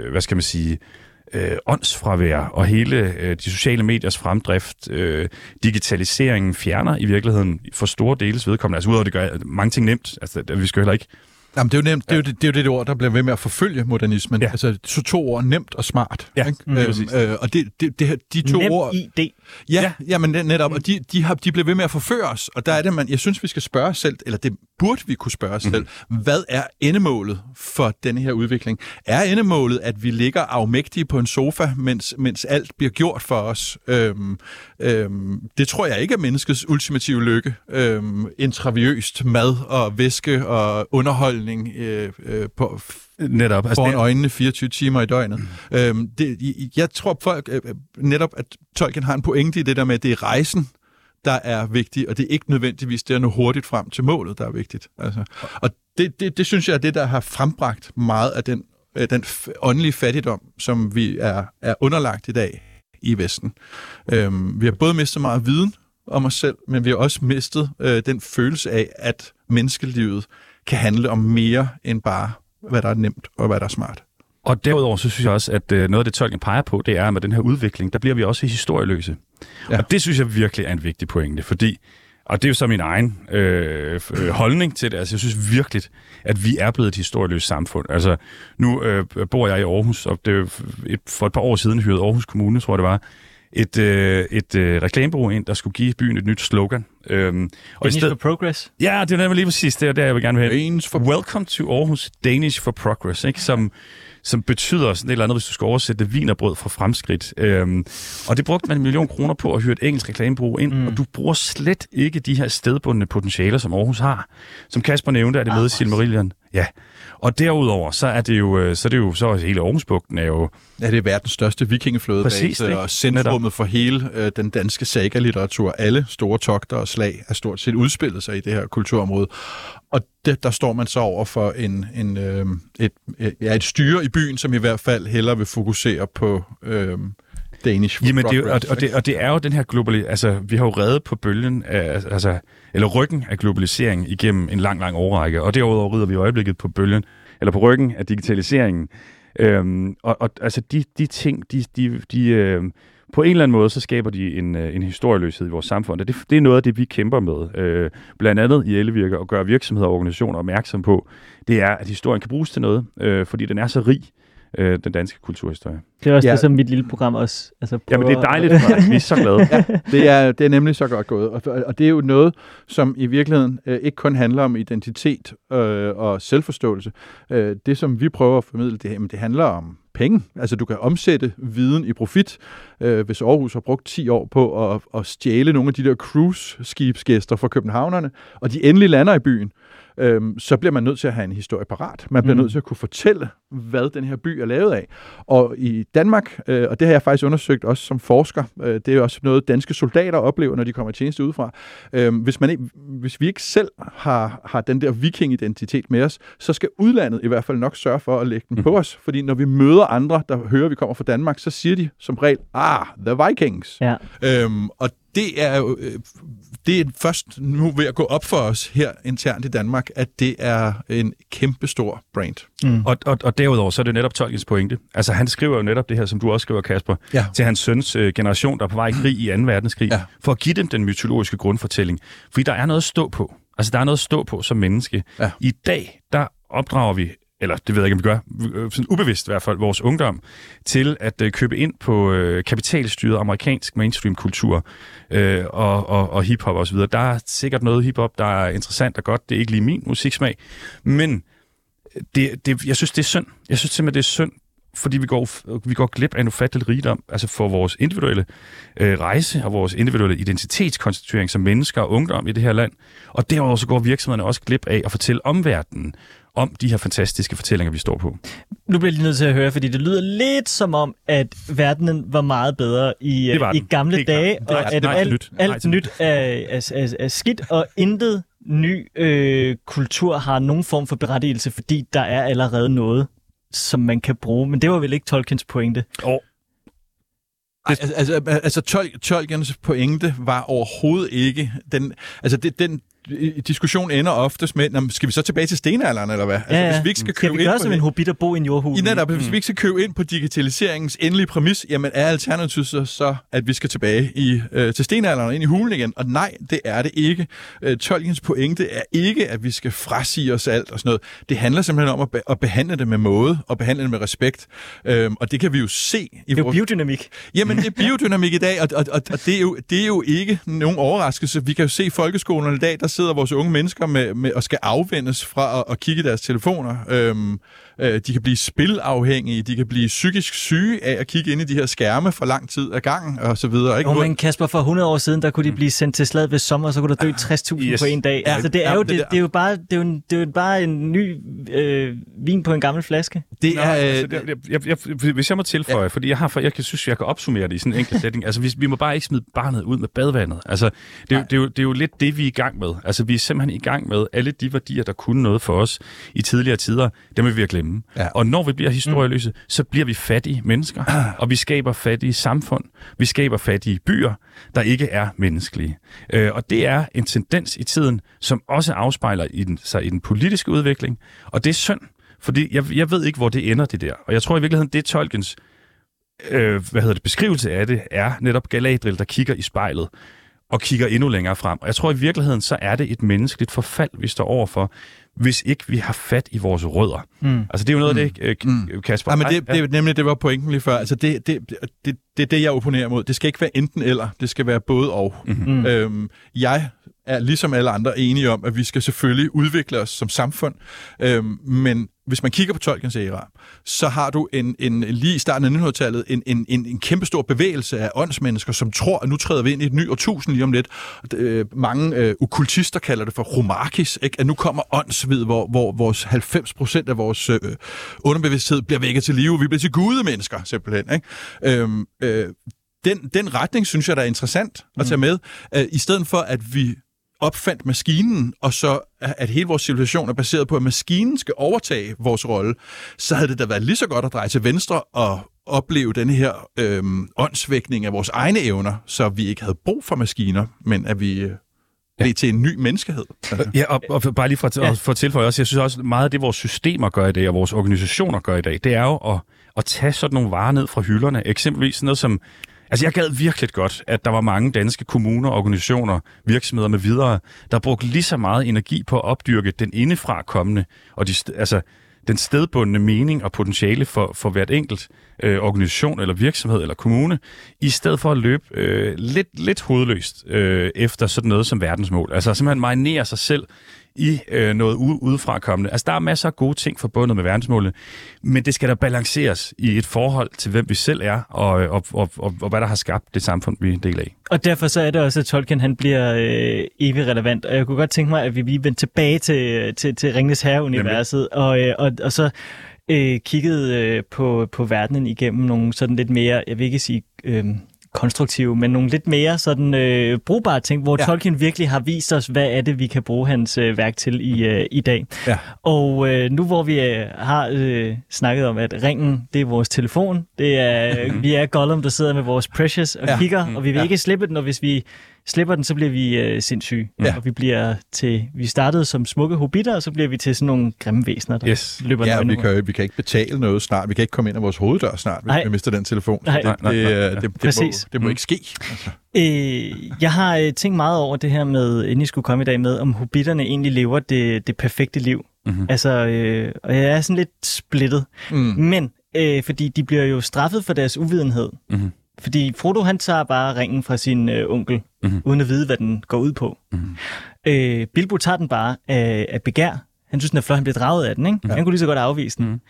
åndsfravær og hele de sociale mediers fremdrift, digitaliseringen fjerner i virkeligheden for store deles vedkommende. Altså udover det gør mange ting nemt. Altså vi skal heller ikke... Jamen, det er jo nemt. Det er jo det ord, der bliver ved med at forfølge modernismen. Ja. Altså, så 2 ord, nemt og smart. Ja, og de 2 ord... Nem-ID. Ja, men netop. Og de bliver ved med at forføre os. Og der er det, jeg synes, vi skal spørge os selv, eller det burde vi kunne spørge os selv. Hvad er endemålet for denne her udvikling? Er endemålet, at vi ligger afmægtige på en sofa, mens alt bliver gjort for os? Det tror jeg ikke er menneskets ultimative lykke. Intraviøst mad og væske og underholdning på netop foran øjnene 24 timer i døgnet. Jeg tror folk netop, at Tolkien har en pointe i det der med, at det er rejsen, der er vigtig, og det er ikke nødvendigvis det at nå hurtigt frem til målet, der er vigtigt. Altså, og det synes jeg er det, der har frembragt meget af den åndelige fattigdom, som vi er underlagt i dag i Vesten. Vi har både mistet meget viden om os selv, men vi har også mistet den følelse af, at menneskelivet kan handle om mere end bare, hvad der er nemt og hvad der er smart. Og derudover så synes jeg også, at noget af det, Tolkien peger på, det er, at med den her udvikling, der bliver vi også historieløse. Ja. Og det synes jeg virkelig er en vigtig pointe, fordi, og det er jo så min egen holdning til det, altså jeg synes virkelig, at vi er blevet et historieløst samfund. Altså nu bor jeg i Aarhus, og det for et par år siden hyrede Aarhus Kommune, tror jeg det var, et reklamebureau ind, der skulle give byen et nyt slogan. Danish for Progress? Ja, det er nemlig lige præcis det, der jeg vil gerne vil have. Welcome to Aarhus, Danish for Progress, ikke? Som betyder sådan et eller andet, hvis du skal oversætte wienerbrød fra fremskridt. Og det brugte man 1 million kroner på at hyre et engelsk reklamebureau ind, og du bruger slet ikke de her stedbundne potentialer, som Aarhus har. Som Kasper nævnte, er det med i Silmarillion. Ja. Og derudover, så er det jo hele Aarhusbugten er jo... Ja, det er verdens største vikingeflådebase, og centrummet for hele den danske saga-litteratur. Alle store togter og slag er stort set udspillet sig i det her kulturområde. Og der står man så over for et styre i byen, som i hvert fald hellere vil fokusere på Danish. Jamen, det er jo den her globalisering. Altså, vi har jo reddet på bølgen af, eller ryggen af globalisering igennem en lang, lang årrække. Og derudover rider vi i øjeblikket på bølgen, eller på ryggen af digitaliseringen. Altså, de ting, på en eller anden måde, så skaber de en historieløshed i vores samfund. Det er noget af det, vi kæmper med. Blandt andet i Ellevirke, og gøre virksomheder og organisationer opmærksom på, det er, at historien kan bruges til noget, fordi den er så rig, den danske kulturhistorie. Det er også det, som mit lille program også... Altså jamen, det er dejligt, vi er så glade. Ja, det er nemlig så godt gået. Og det er jo noget, som i virkeligheden ikke kun handler om identitet og selvforståelse. Det, som vi prøver at formidle, det handler om penge. Altså, du kan omsætte viden i profit. Hvis Aarhus har brugt 10 år på at stjæle nogle af de der cruise-skibsgæster fra københavnerne, og de endelig lander i byen, så bliver man nødt til at have en historie parat. Man bliver nødt til at kunne fortælle, hvad den her by er lavet af. Og i Danmark, og det har jeg faktisk undersøgt også som forsker, det er også noget, danske soldater oplever, når de kommer til tjeneste udefra. Hvis vi ikke selv har den der viking-identitet med os, så skal udlandet i hvert fald nok sørge for at lægge den på os. Fordi når vi møder andre, der hører, at vi kommer fra Danmark, så siger de som regel, the Vikings. Ja. Og det er jo det er først nu ved at gå op for os her internt i Danmark, at det er en kæmpestor brand. Og derudover så er det netop Tolkiens pointe. Altså han skriver jo netop det her, som du også skriver, Kasper, til hans søns generation, der er på vej i krig i 2. verdenskrig, for at give dem den mytologiske grundfortælling. Fordi der er noget at stå på. Altså der er noget at stå på som menneske. Ja. I dag, der opdrager vi, eller det ved jeg ikke, om vi gør, sådan ubevidst i hvert fald, vores ungdom, til at købe ind på kapitalstyret amerikansk mainstream-kultur og hiphop og så videre. Der er sikkert noget hiphop, der er interessant og godt. Det er ikke lige min musiksmag. Men jeg synes, det er synd. Jeg synes simpelthen, det er synd, fordi vi går glip af en ufattelig rigdom, altså for vores individuelle rejse og vores individuelle identitetskonstituering som mennesker og ungdom i det her land. Og derudover så går virksomhederne også glip af at fortælle omverdenen om de her fantastiske fortællinger, vi står på. Nu bliver jeg lige nødt til at høre, fordi det lyder lidt som om, at verdenen var meget bedre i gamle dage, og at alt nyt er skidt, og intet ny kultur har nogen form for berettigelse, fordi der er allerede noget, som man kan bruge. Men det var vel ikke Tolkiens pointe? Tolkiens pointe var overhovedet ikke den diskussion ender oftest med, skal vi så tilbage til stenalderen, eller hvad? Ja. Hvis vi ikke skal vi gøre som en hobbit og bo i en jordhule? Hvis vi ikke skal købe ind på digitaliseringens endelige præmis, jamen er alternativet så, at vi skal tilbage til stenalderen og ind i hulen igen? Og nej, det er det ikke. Tolkiens pointe er ikke, at vi skal frasige os alt og sådan noget. Det handler simpelthen om at behandle det med måde, og behandle det med respekt. Og det kan vi jo se. Det er jo biodynamik. Jamen, det er biodynamik i dag, og det er jo ikke nogen overraskelse. Vi kan jo se i folkeskolerne i dag, der sidder vores unge mennesker med og skal afvendes fra at kigge i deres telefoner. De kan blive spilafhængige, de kan blive psykisk syge af at kigge ind i de her skærme for lang tid ad gangen, og så videre. Ikke? Men Kasper, for 100 år siden, der kunne de blive sendt til slaget ved sommer, og så kunne der dø 60.000 på en dag. Ja, altså, det er jo bare en ny vin på en gammel flaske. Hvis jeg må tilføje, fordi jeg synes, jeg kan opsummere det i sådan en enkelt sætning. Altså, vi må bare ikke smide barnet ud med badevandet. Altså, det er jo lidt det, vi er i gang med. Altså, vi er simpelthen i gang med alle de værdier, der kunne noget for os i tidligere tider, dem vil vi glemme. Ja. Og når vi bliver historieløse, så bliver vi fattige mennesker, og vi skaber fattige samfund. Vi skaber fattige byer, der ikke er menneskelige. Og det er en tendens i tiden, som også afspejler sig i den politiske udvikling, og det er synd, fordi jeg ved ikke, hvor det ender, det der. Og jeg tror i virkeligheden, det Tolkiens beskrivelse af det, er netop Galadriel, der kigger i spejlet og kigger endnu længere frem. Og jeg tror i virkeligheden, så er det et menneskeligt forfald, vi står overfor, hvis ikke vi har fat i vores rødder. Altså det er jo noget af det, Kasper. Ja, men det er nemlig, det var pointen lige før. Altså det er det, jeg opponerer mod. Det skal ikke være enten eller, det skal være både og. Jeg er ligesom alle andre enige om, at vi skal selvfølgelig udvikle os som samfund, men hvis man kigger på Tolkiens æra, så har du lige i starten af 1900-tallet en kæmpestor bevægelse af åndsmennesker, som tror, at nu træder vi ind i et nyt årtusind lige om lidt. Mange okkultister kalder det for romarkis, ikke? At nu kommer åndsvid, hvor vores 90% af vores underbevidsthed bliver vækket til live. Vi bliver til gudemennesker, simpelthen. Ikke? Den retning, synes jeg, der er interessant at tage med, i stedet for, at vi opfandt maskinen, og så at hele vores civilisation er baseret på, at maskinen skal overtage vores rolle, så havde det da været lige så godt at dreje til venstre og opleve denne her åndsvækning af vores egne evner, så vi ikke havde brug for maskiner, men at vi blev til en ny menneskehed. Ja, og bare lige for at tilføje også, jeg synes også, meget af det, vores systemer gør i dag, og vores organisationer gør i dag, det er jo at tage sådan nogle varer ned fra hylderne. Eksempelvis sådan noget som... Altså, jeg gad virkelig godt, at der var mange danske kommuner, organisationer, virksomheder med videre, der brugte lige så meget energi på at opdyrke den indefra kommende, og den stedbundne mening og potentiale for hvert enkelt organisation eller virksomhed eller kommune, i stedet for at løbe lidt hovedløst efter sådan noget som verdensmål. Altså simpelthen marinere sig selv i noget udefrakommende. Altså, der er masser af gode ting forbundet med verdensmålene, men det skal der balanceres i et forhold til, hvem vi selv er, og hvad der har skabt det samfund, vi er en del af. Og derfor så er det også, at Tolkien han bliver evig relevant. Og jeg kunne godt tænke mig, at vi lige vendte tilbage til Ringenes Herre-universet, og så kiggede på verdenen igennem nogle sådan lidt mere, jeg vil ikke sige konstruktive, men nogle lidt mere sådan brugbare ting, hvor Tolkien virkelig har vist os, hvad er det, vi kan bruge hans værk til i dag. Ja. Og nu hvor vi har snakket om, at ringen, det er vores telefon, det er vi er Gollum, der sidder med vores Precious og kigger, og vi vil ikke slippe den, og hvis vi slipper den, så bliver vi sindssyge. Ja. Og vi startede som smukke hobitter, og så bliver vi til sådan nogle grimme væsener, der løber og vi kan ikke betale noget snart. Vi kan ikke komme ind ad vores hoveddør snart, hvis vi mister den telefon. Det må ikke ske. Altså. Jeg har tænkt meget over det her med, inden I skulle komme i dag med, om hobitterne egentlig lever det perfekte liv. Mm-hmm. Altså, og jeg er sådan lidt splittet. Men, fordi de bliver jo straffet for deres uvidenhed. Mm-hmm. Fordi Frodo, han tager bare ringen fra sin onkel, uden at vide, hvad den går ud på. Bilbo tager den bare af begær. Han synes, den er flot, han bliver draget af den, ikke? Ja. Han kunne lige så godt afvise den.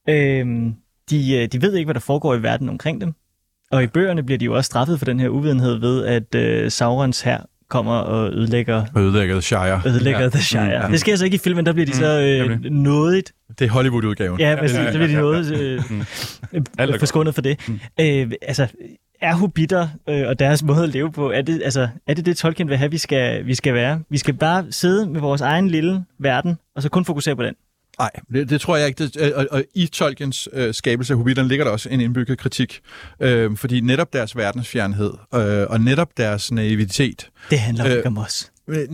De ved ikke, hvad der foregår i verden omkring dem. Og i bøgerne bliver de jo også straffet for den her uvidenhed ved, at Saurons hær kommer og ødelægger The Shire. The Shire. Ja. Det sker så ikke i filmen, der bliver de så nådigt. Det er Hollywood-udgaven. Ja, præcis. Der bliver de nådigt forskånet for det. Altså, er hobitter og deres måde at leve på, er det Tolkien vil have, vi skal være? Vi skal bare sidde med vores egen lille verden, og så kun fokusere på den? Nej, det tror jeg ikke. Og i Tolkiens skabelse af hobitterne ligger der også en indbygget kritik. Fordi netop deres verdensfjernhed og netop deres naivitet... Det handler ikke om os.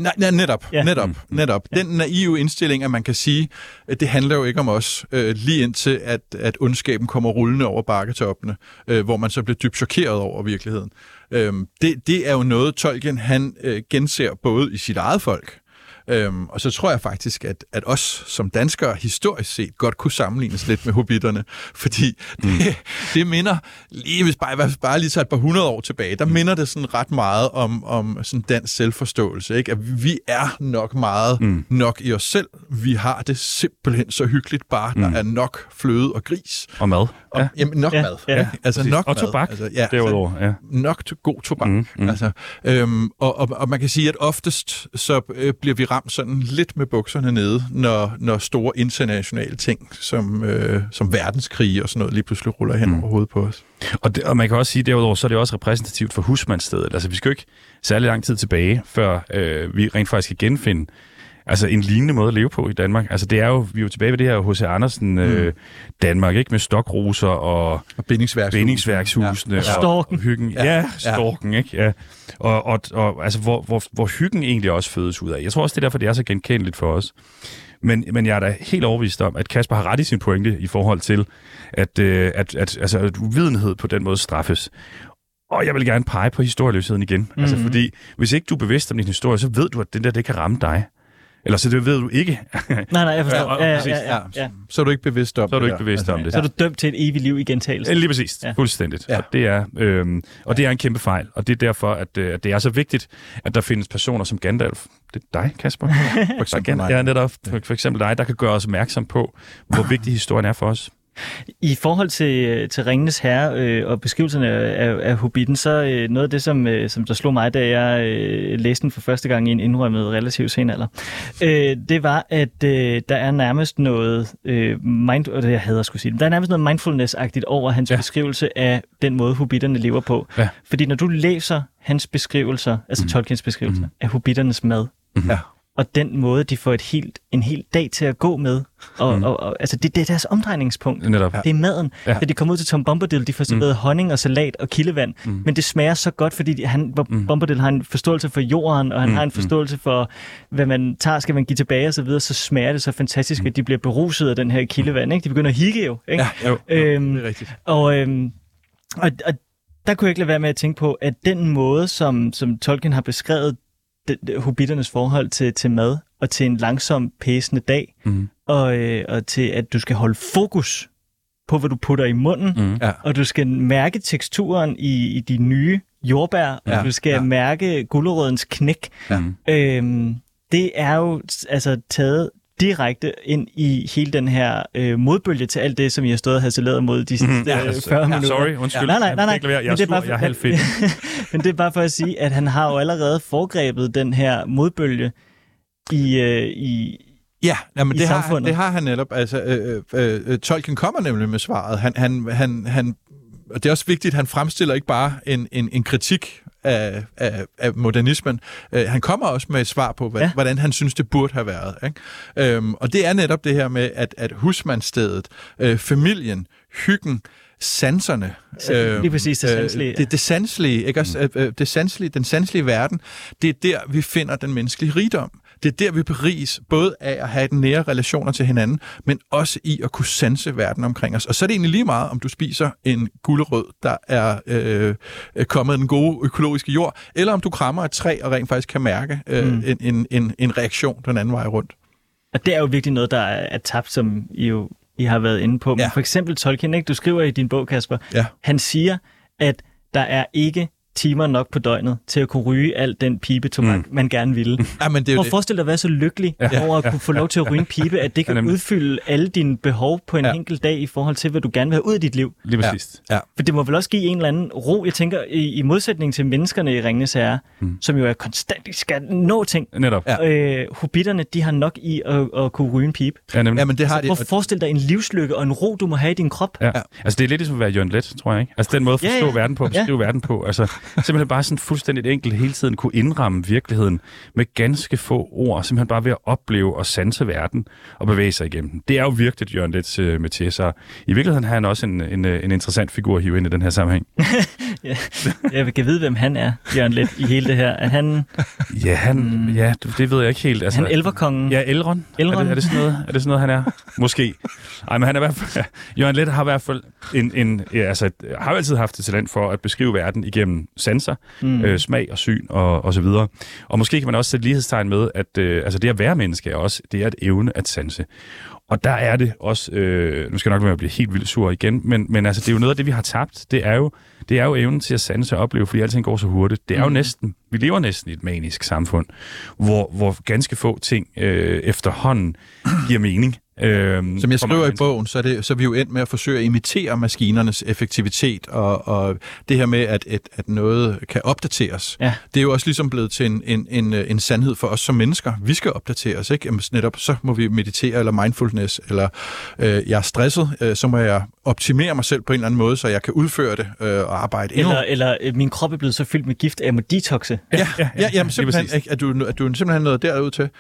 Netop. Den naive indstilling, at man kan sige, at det handler jo ikke om os, lige indtil at ondskaben kommer rullende over bakketoppene, hvor man så bliver dybt chokeret over virkeligheden. Det er jo noget, Tolkien han genser både i sit eget folk, og så tror jeg faktisk, at os som danskere historisk set godt kunne sammenlignes lidt med hobitterne, fordi det minder, hvis bare lige så et par 100 år tilbage, der minder det sådan ret meget om sådan dansk selvforståelse, ikke? At vi er nok meget nok i os selv. Vi har det simpelthen så hyggeligt bare. Der er nok fløde og gris. Og mad. Jamen, nok mad. Ja. Altså nok og tobak. Altså, derudover. Ja. Nok god tobak. Altså, og man kan sige, at oftest så bliver vi ramt sådan lidt med bukserne nede, når store internationale ting, som verdenskrige og sådan noget, lige pludselig ruller hen over hovedet på os. Og man kan også sige, derudover, så er det også repræsentativt for husmandsstedet. Altså, vi skal jo ikke særlig lang tid tilbage, før vi rent faktisk kan genfinde en lignende måde at leve på i Danmark. Altså, vi er jo tilbage ved det her H.C. Andersen Danmark, ikke? Med stokroser og bindingsværkshusene. Ja. Og storken. Og hyggen. Ja, storken, ikke? Ja. Og altså, hvor hyggen egentlig også fødes ud af. Jeg tror også, det er derfor, det er så genkendeligt for os. Men jeg er da helt overbevist om, at Kasper har ret i sin pointe i forhold til, at uvidenhed på den måde straffes. Og jeg vil gerne pege på historieløsheden igen. Altså, fordi hvis ikke du er bevidst om din historie, så ved du, at det kan ramme dig. Eller så det ved du ikke. Nej, jeg forstår. Ja. Så er du ikke bevidst om det. Så er du ikke bevidst om det. Så er du dømt til et evigt liv i gentagelse. Lige præcis. Ja. Fuldstændigt. Ja. Og det er en kæmpe fejl. Og det er derfor, at det er så vigtigt, at der findes personer som Gandalf. Det er dig, Kasper. For eksempel for eksempel dig, der kan gøre os opmærksom på, hvor vigtig historien er for os. I forhold til Ringenes Herre og beskrivelserne af Hobbiten, så noget af det, som der slog mig, da jeg læste den for første gang i en indrømmet relativt sen alder, det var, at der er nærmest noget der er nærmest noget mindfulness-agtigt over hans beskrivelse af den måde, hobbiterne lever på. Ja. Fordi når du læser hans beskrivelser, altså Tolkiens beskrivelser af hobbiternes mad, og den måde, de får en hel dag til at gå med. Og altså, det er deres omdrejningspunkt. Netop. Det er maden. Ja. Da de kommer ud til Tom Bombadil, de får serveret honning og salat og kildevand. Men det smager så godt, fordi Bombadil har en forståelse for jorden, og han har en forståelse for, hvad man tager, skal man give tilbage og så videre, så smager det så fantastisk, at de bliver beruset af den her kildevand. Ikke? De begynder at higge jo. Ikke? Ja, det er rigtigt. Og der kunne jeg ikke lade være med at tænke på, at den måde, som Tolkien har beskrevet hobbiternes forhold til mad, og til en langsom pæsende dag, og til, at du skal holde fokus på, hvad du putter i munden, og du skal mærke teksturen i de nye jordbær, og du skal mærke gulerøddens knæk. det er jo altså taget direkte ind i hele den her modbølge til alt det, som jeg har stået og harceleret mod de sidste 40 minutter. Sorry, undskyld. Nej. Jeg er halvt fedt. Men det er bare for at sige, at han har jo allerede foregrebet den her modbølge Ja, men det har han netop. Altså, Tolkien kommer nemlig med svaret. Han og det er også vigtigt, at han fremstiller ikke bare en kritik af modernismen. Han kommer også med et svar på, hvordan han synes, det burde have været. Ikke? Og det er netop det her med, at husmandsstedet, familien, hyggen, sanserne. Lige præcis det sanselige. Det sanselige, ikke også? Den sanselige verden, det er der, vi finder den menneskelige rigdom. Det er der, vi beriges, både af at have den nære relationer til hinanden, men også i at kunne sanse verden omkring os. Og så er det egentlig lige meget, om du spiser en gulerod, der er kommet af den gode økologiske jord, eller om du krammer et træ og rent faktisk kan mærke en reaktion den anden vej rundt. Og det er jo virkelig noget, der er tabt, som I har været inde på. Men for eksempel Tolkien, ikke? Du skriver i din bog, Kasper, han siger, at der er ikke timer nok på døgnet til at kunne ryge alt den pibetobak, man gerne ville. Men det er jo forestil dig at være så lykkelig over at kunne få lov til at ryge en pibe, at det kan udfylde alle dine behov på en enkelt dag i forhold til, hvad du gerne vil have ud af dit liv. Lige præcis. Ja. For det må vel også give en eller anden ro. Jeg tænker, i modsætning til menneskerne i Ringenes Herre, som jo er konstant skal nå ting. Netop. Hobitterne, de har nok i at kunne ryge en pibe. Ja, men det har de. Forestil dig en livslykke og en ro, du må have i din krop. Ja. Altså, det er lidt ligesom at være Jørgen Leth, tror jeg, ikke? Altså, den måde at forstå verden på, beskrive verden på. Altså, simpelthen bare sådan fuldstændigt enkelt hele tiden kunne indramme virkeligheden med ganske få ord, simpelthen bare ved at opleve og sanse verden og bevæge sig igennem den. Det er jo virkelig Jørgen Leths metier, så i virkeligheden har han også en interessant figur at hive ind i den her sammenhæng. Jeg kan vide, hvem han er, Jørgen Leth, i hele det her. Er han... det ved jeg ikke helt. Altså, han elverkongen? Ja, Elrond. Er det sådan noget, han er? Måske. Ej, men han er i hvert fald... Jørgen Leth har i hvert fald har altid haft et talent for at beskrive verden igennem sanser, smag og syn og så videre. Og måske kan man også sætte lighedstegn med, at det at være menneske er også, det er et evne at sanse. Og der er det også, nu skal jeg nok være at blive helt vildt sur igen, men altså, det er jo noget af det, vi har tabt. Det er jo evnen til at sanse og opleve, fordi alting går så hurtigt. Det er jo vi lever næsten i et manisk samfund, hvor ganske få ting efterhånden giver mening. Som jeg skriver i bogen, så er vi jo endt med at forsøge at imitere maskinernes effektivitet, og det her med, at noget kan opdateres. Ja. Det er jo også ligesom blevet til en sandhed for os som mennesker. Vi skal opdateres, ikke? Jamen, netop så må vi meditere, eller mindfulness, eller jeg er stresset, så må jeg optimere mig selv på en eller anden måde, så jeg kan udføre det og arbejde endnu. Eller min krop er blevet så fyldt med gift, at jeg må detoxe. Jamen simpelthen, ikke? At du simpelthen noget derud til.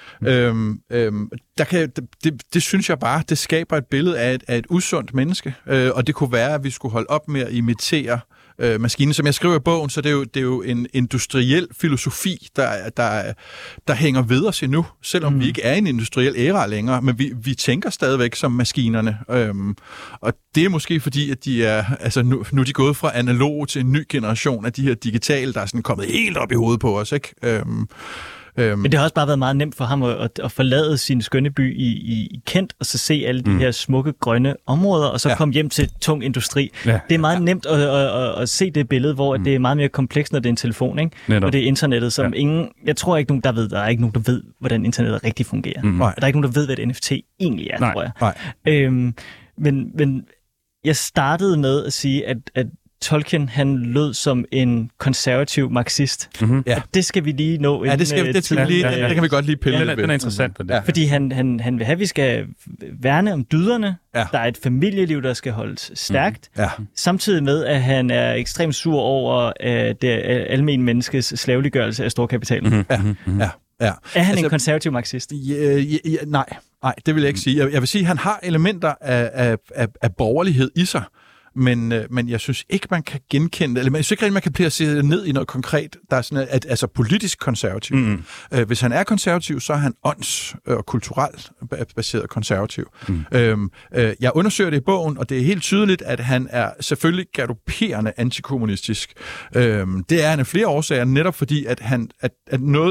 Det synes jeg bare, det skaber et billede af et usundt menneske, og det kunne være, at vi skulle holde op med at imitere maskinen. Som jeg skriver i bogen, så det er jo en industriel filosofi, der hænger ved os endnu, selvom vi ikke er i en industriel æra længere, men vi tænker stadigvæk som maskinerne. Og det er måske fordi, at de er, altså nu er de gået fra analog til en ny generation af de her digitale, der er sådan kommet helt op i hovedet på os, ikke? Men det har også bare været meget nemt for ham at forlade sin skønne by i Kent, og så se alle de her smukke grønne områder, og så komme hjem til tung industri. Ja. Det er meget nemt at se det billede, hvor det er meget mere komplekst, når det er en telefon, ikke? Og det er internettet, som jeg tror ikke nogen, der er ikke nogen, der ved, hvordan internettet rigtig fungerer. Der er ikke nogen, der ved, hvad et NFT egentlig er, tror jeg. Men jeg startede med at sige, at Tolkien, han lød som en konservativ marxist. Og det skal vi lige nå. Ja, det kan vi godt lige pille lidt ved. Den er interessant. Fordi han vil have, at vi skal værne om dyderne. Ja. Der er et familieliv, der skal holdes stærkt. Samtidig med, at han er ekstremt sur over det almene menneskes slaveliggørelse af storkapitalen. Er han en konservativ marxist? Nej, det vil jeg ikke sige. Jeg vil sige, at han har elementer af borgerlighed i sig. Men jeg synes ikke, man kan genkende det, eller jeg synes ikke, man kan placere det ned i noget konkret, der er sådan altså politisk konservativ. Hvis han er konservativ, så er han ånds- og kulturelt baseret konservativ. Jeg undersøger det i bogen, og det er helt tydeligt, at han er selvfølgelig galopperende antikommunistisk. Det er han af flere årsager, netop fordi, at noget af det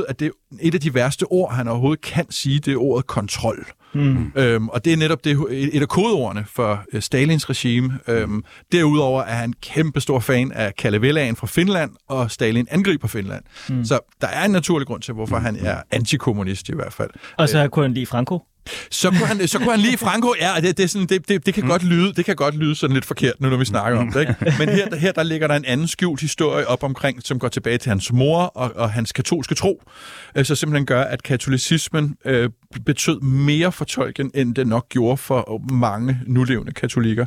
et af de værste ord, han overhovedet kan sige, det er ordet kontrol. Og det er netop et af kodeordene for Stalins regime. Derudover er han kæmpestor fan af Kalevala fra Finland, og Stalin angriber Finland. Så der er en naturlig grund til, hvorfor han er antikommunist i hvert fald. Og så kunne han lide Franco? Så kunne han lide Franco. Ja, det er sådan, det kan godt lyde. Det kan godt lyde sådan lidt forkert nu, når vi snakker om det, ikke? Men her der ligger der en anden skjult historie op omkring, som går tilbage til hans mor og hans katolske tro, så simpelthen gør, at katolicismen betød mere for Tolkien, end det nok gjorde for mange nulevende katolikker.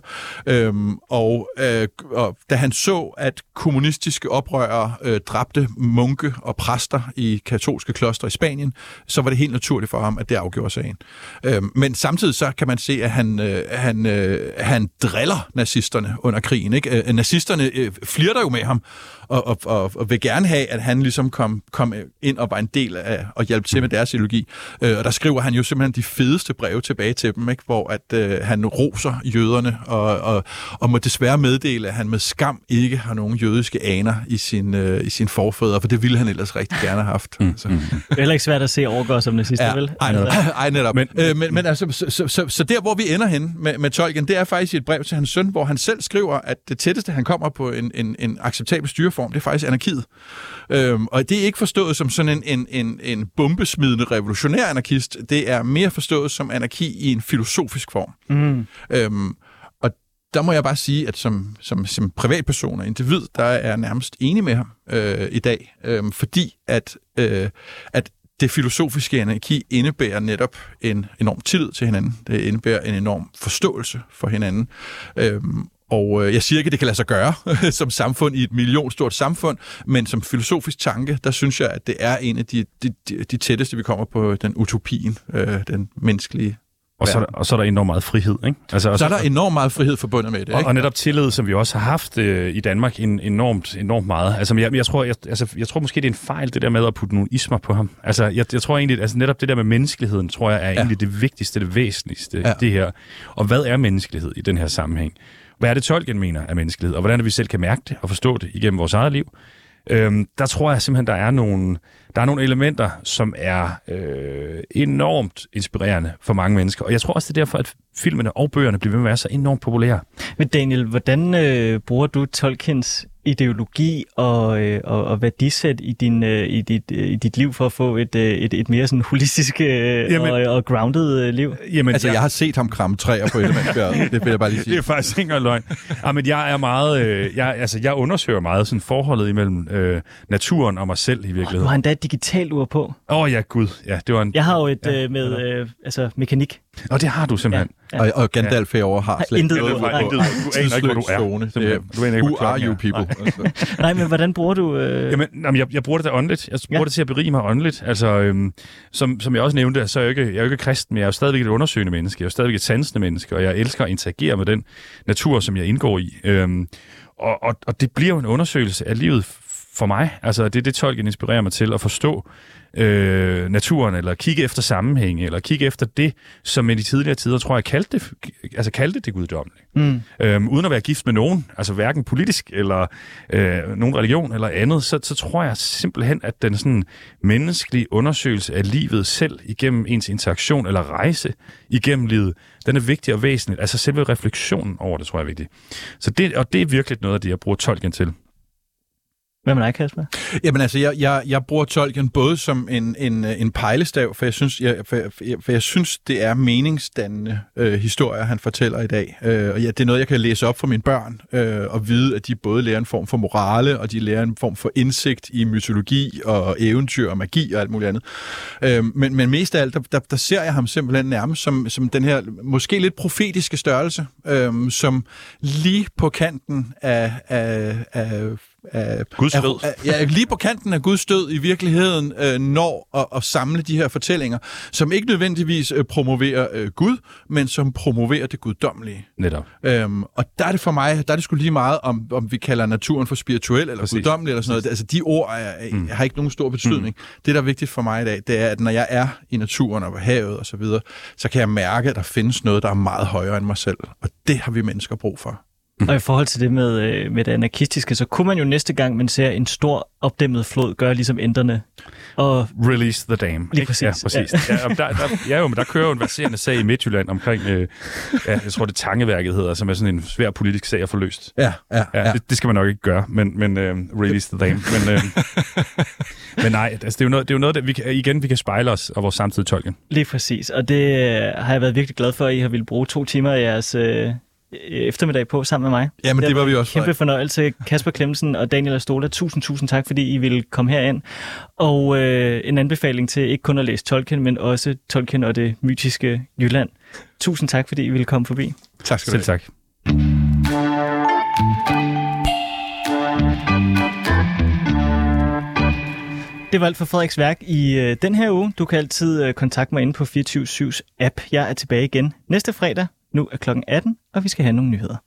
Og da han så, at kommunistiske oprørere dræbte munke og præster i katolske klostre i Spanien, så var det helt naturligt for ham, at det afgjorde sagen. Men samtidig så kan man se, at han driller nazisterne under krigen. Ikke? Nazisterne flirter jo med ham, og vil gerne have, at han ligesom kom ind og var en del af at hjælpe til med deres ideologi. Og der skriver han jo simpelthen de fedeste breve tilbage til dem, ikke? Hvor at han roser jøderne, og må desværre meddele, at han med skam ikke har nogen jødiske aner i sin forfædre, for det ville han ellers rigtig gerne have haft. Det er heller ikke svært at se overgå som nazister, vel? Ej, netop. Men altså, så der, hvor vi ender hen med Tolkien, det er faktisk et brev til hans søn, hvor han selv skriver, at det tætteste, han kommer på en acceptabel styreform, det er faktisk anarkiet. Og det er ikke forstået som sådan en bombesmidende revolutionær anarkist. Det er mere forstået som anarki i en filosofisk form. Og der må jeg bare sige, at som privatperson og individ, der er jeg nærmest enig med ham i dag, fordi at det filosofiske anarki indebærer netop en enorm tillid til hinanden. Det indebærer en enorm forståelse for hinanden. Og jeg siger ikke, at det kan lade sig gøre som samfund i et millionstort samfund, men som filosofisk tanke, der synes jeg, at det er en af de tætteste, vi kommer på den utopien, den menneskelige. Og så er der enormt meget frihed, ikke? Altså, så er der enormt meget frihed forbundet med det, ikke? Og netop tillid, som vi også har haft i Danmark, enormt meget. Altså, jeg tror måske, det er en fejl, det der med at putte nogle ismer på ham. Altså, jeg tror egentlig, altså netop det der med menneskeligheden, tror jeg, er egentlig det vigtigste, det væsentligste, det her. Og hvad er menneskelighed i den her sammenhæng? Hvad er det, Tolkien mener er menneskelighed? Og hvordan er vi selv kan mærke det og forstå det igennem vores eget liv? Der tror jeg simpelthen, der er nogle elementer, som er enormt inspirerende for mange mennesker. Og jeg tror også, det er derfor, at filmene og bøgerne bliver ved med at være så enormt populære. Men Daniel, hvordan bruger du Tolkiens ideologi og værdisæt i dit liv for at få et mere sådan holistisk og grounded liv? Jamen, altså, jeg har set ham kramme træer på Ellemandsbjerget. Det vil jeg bare lige sige. Det er faktisk ikke engang løgn. Men jeg er meget... jeg undersøger meget sådan forholdet imellem naturen og mig selv i virkeligheden. Du har endda et digitalt ur på. Ja, gud. Ja, det var jeg har jo et med mekanik. Og det har du simpelthen. Ja. Og Gandalf herovre har slet ikke noget. Du aner ikke, hvor du er. Who are you people? Nej, men hvordan bruger du... Jamen, jeg bruger det da åndeligt. Jeg bruger det til at berige mig åndeligt. Altså, som jeg også nævnte, så er jeg jo ikke kristen, men jeg er jo stadigvæk et undersøgende menneske. Jeg er jo stadigvæk et sansende menneske, og jeg elsker at interagere med den natur, som jeg indgår i. Og det bliver jo en undersøgelse af livet for mig. Altså, det er det, Tolkien inspirerer mig til at forstå naturen, eller kigge efter sammenhænge, eller kigge efter det, som i de tidligere tider, tror jeg, kaldte det guddommeligt. Uden at være gift med nogen, altså hverken politisk, eller nogen religion, eller andet, så tror jeg simpelthen, at den sådan menneskelige undersøgelse af livet selv, igennem ens interaktion, eller rejse igennem livet, den er vigtig og væsentlig. Altså selve refleksionen over det, tror jeg er vigtigt. Så det er virkelig noget af det, jeg bruger Tolkien til. Hvad med dig, Kasper? Jamen altså, jeg bruger Tolkien både som en pejlestav, for jeg synes, det er meningsdannende historier, han fortæller i dag. Og det er noget, jeg kan læse op for mine børn, og vide, at de både lærer en form for morale, og de lærer en form for indsigt i mytologi og eventyr og magi og alt muligt andet. Men mest af alt, der ser jeg ham simpelthen nærmest som den her måske lidt profetiske størrelse, som lige på kanten af Guds død. Lige på kanten af Guds død i virkeligheden når at samle de her fortællinger, som ikke nødvendigvis promoverer Gud, men som promoverer det guddommelige. Netop. Og der er det for mig, der er det sgu lige meget, om vi kalder naturen for spirituel eller guddommelig eller sådan noget. Altså de ord har ikke nogen stor betydning. Det, der er vigtigt for mig i dag, det er, at når jeg er i naturen og på havet og så videre, så kan jeg mærke, at der findes noget, der er meget højere end mig selv. Og det har vi mennesker brug for. Og i forhold til det med det anarkistiske, så kunne man jo næste gang, man ser en stor opdæmmet flod, gøre ligesom ænderne. Og Release the dam. Lige præcis. Ja, præcis. Ja. Men der kører jo en verserende sag i Midtjylland omkring, jeg tror det Tangeværket hedder, som er sådan en svær politisk sag at få løst. Ja. Det skal man nok ikke gøre, men release the dam. Men nej, altså, det er jo noget, vi kan spejle os og vores samtidige Tolkien. Lige præcis, og det har jeg været virkelig glad for, at I har ville bruge 2 timer af jeres eftermiddag på sammen med mig. Jamen, det var vi også. Kæmpe fornøjelse. Kasper Clemmensen og Daniel Astola, tusind tak, fordi I ville komme herind. Og en anbefaling til ikke kun at læse Tolkien, men også Tolkien og det mytiske Jylland. Tusind tak, fordi I ville komme forbi. Tak skal du have. Selv tak. Det var alt for Frederiks værk i den her uge. Du kan altid kontakte mig inde på 24/7's app. Jeg er tilbage igen næste fredag. Nu er klokken 18, og vi skal have nogle nyheder.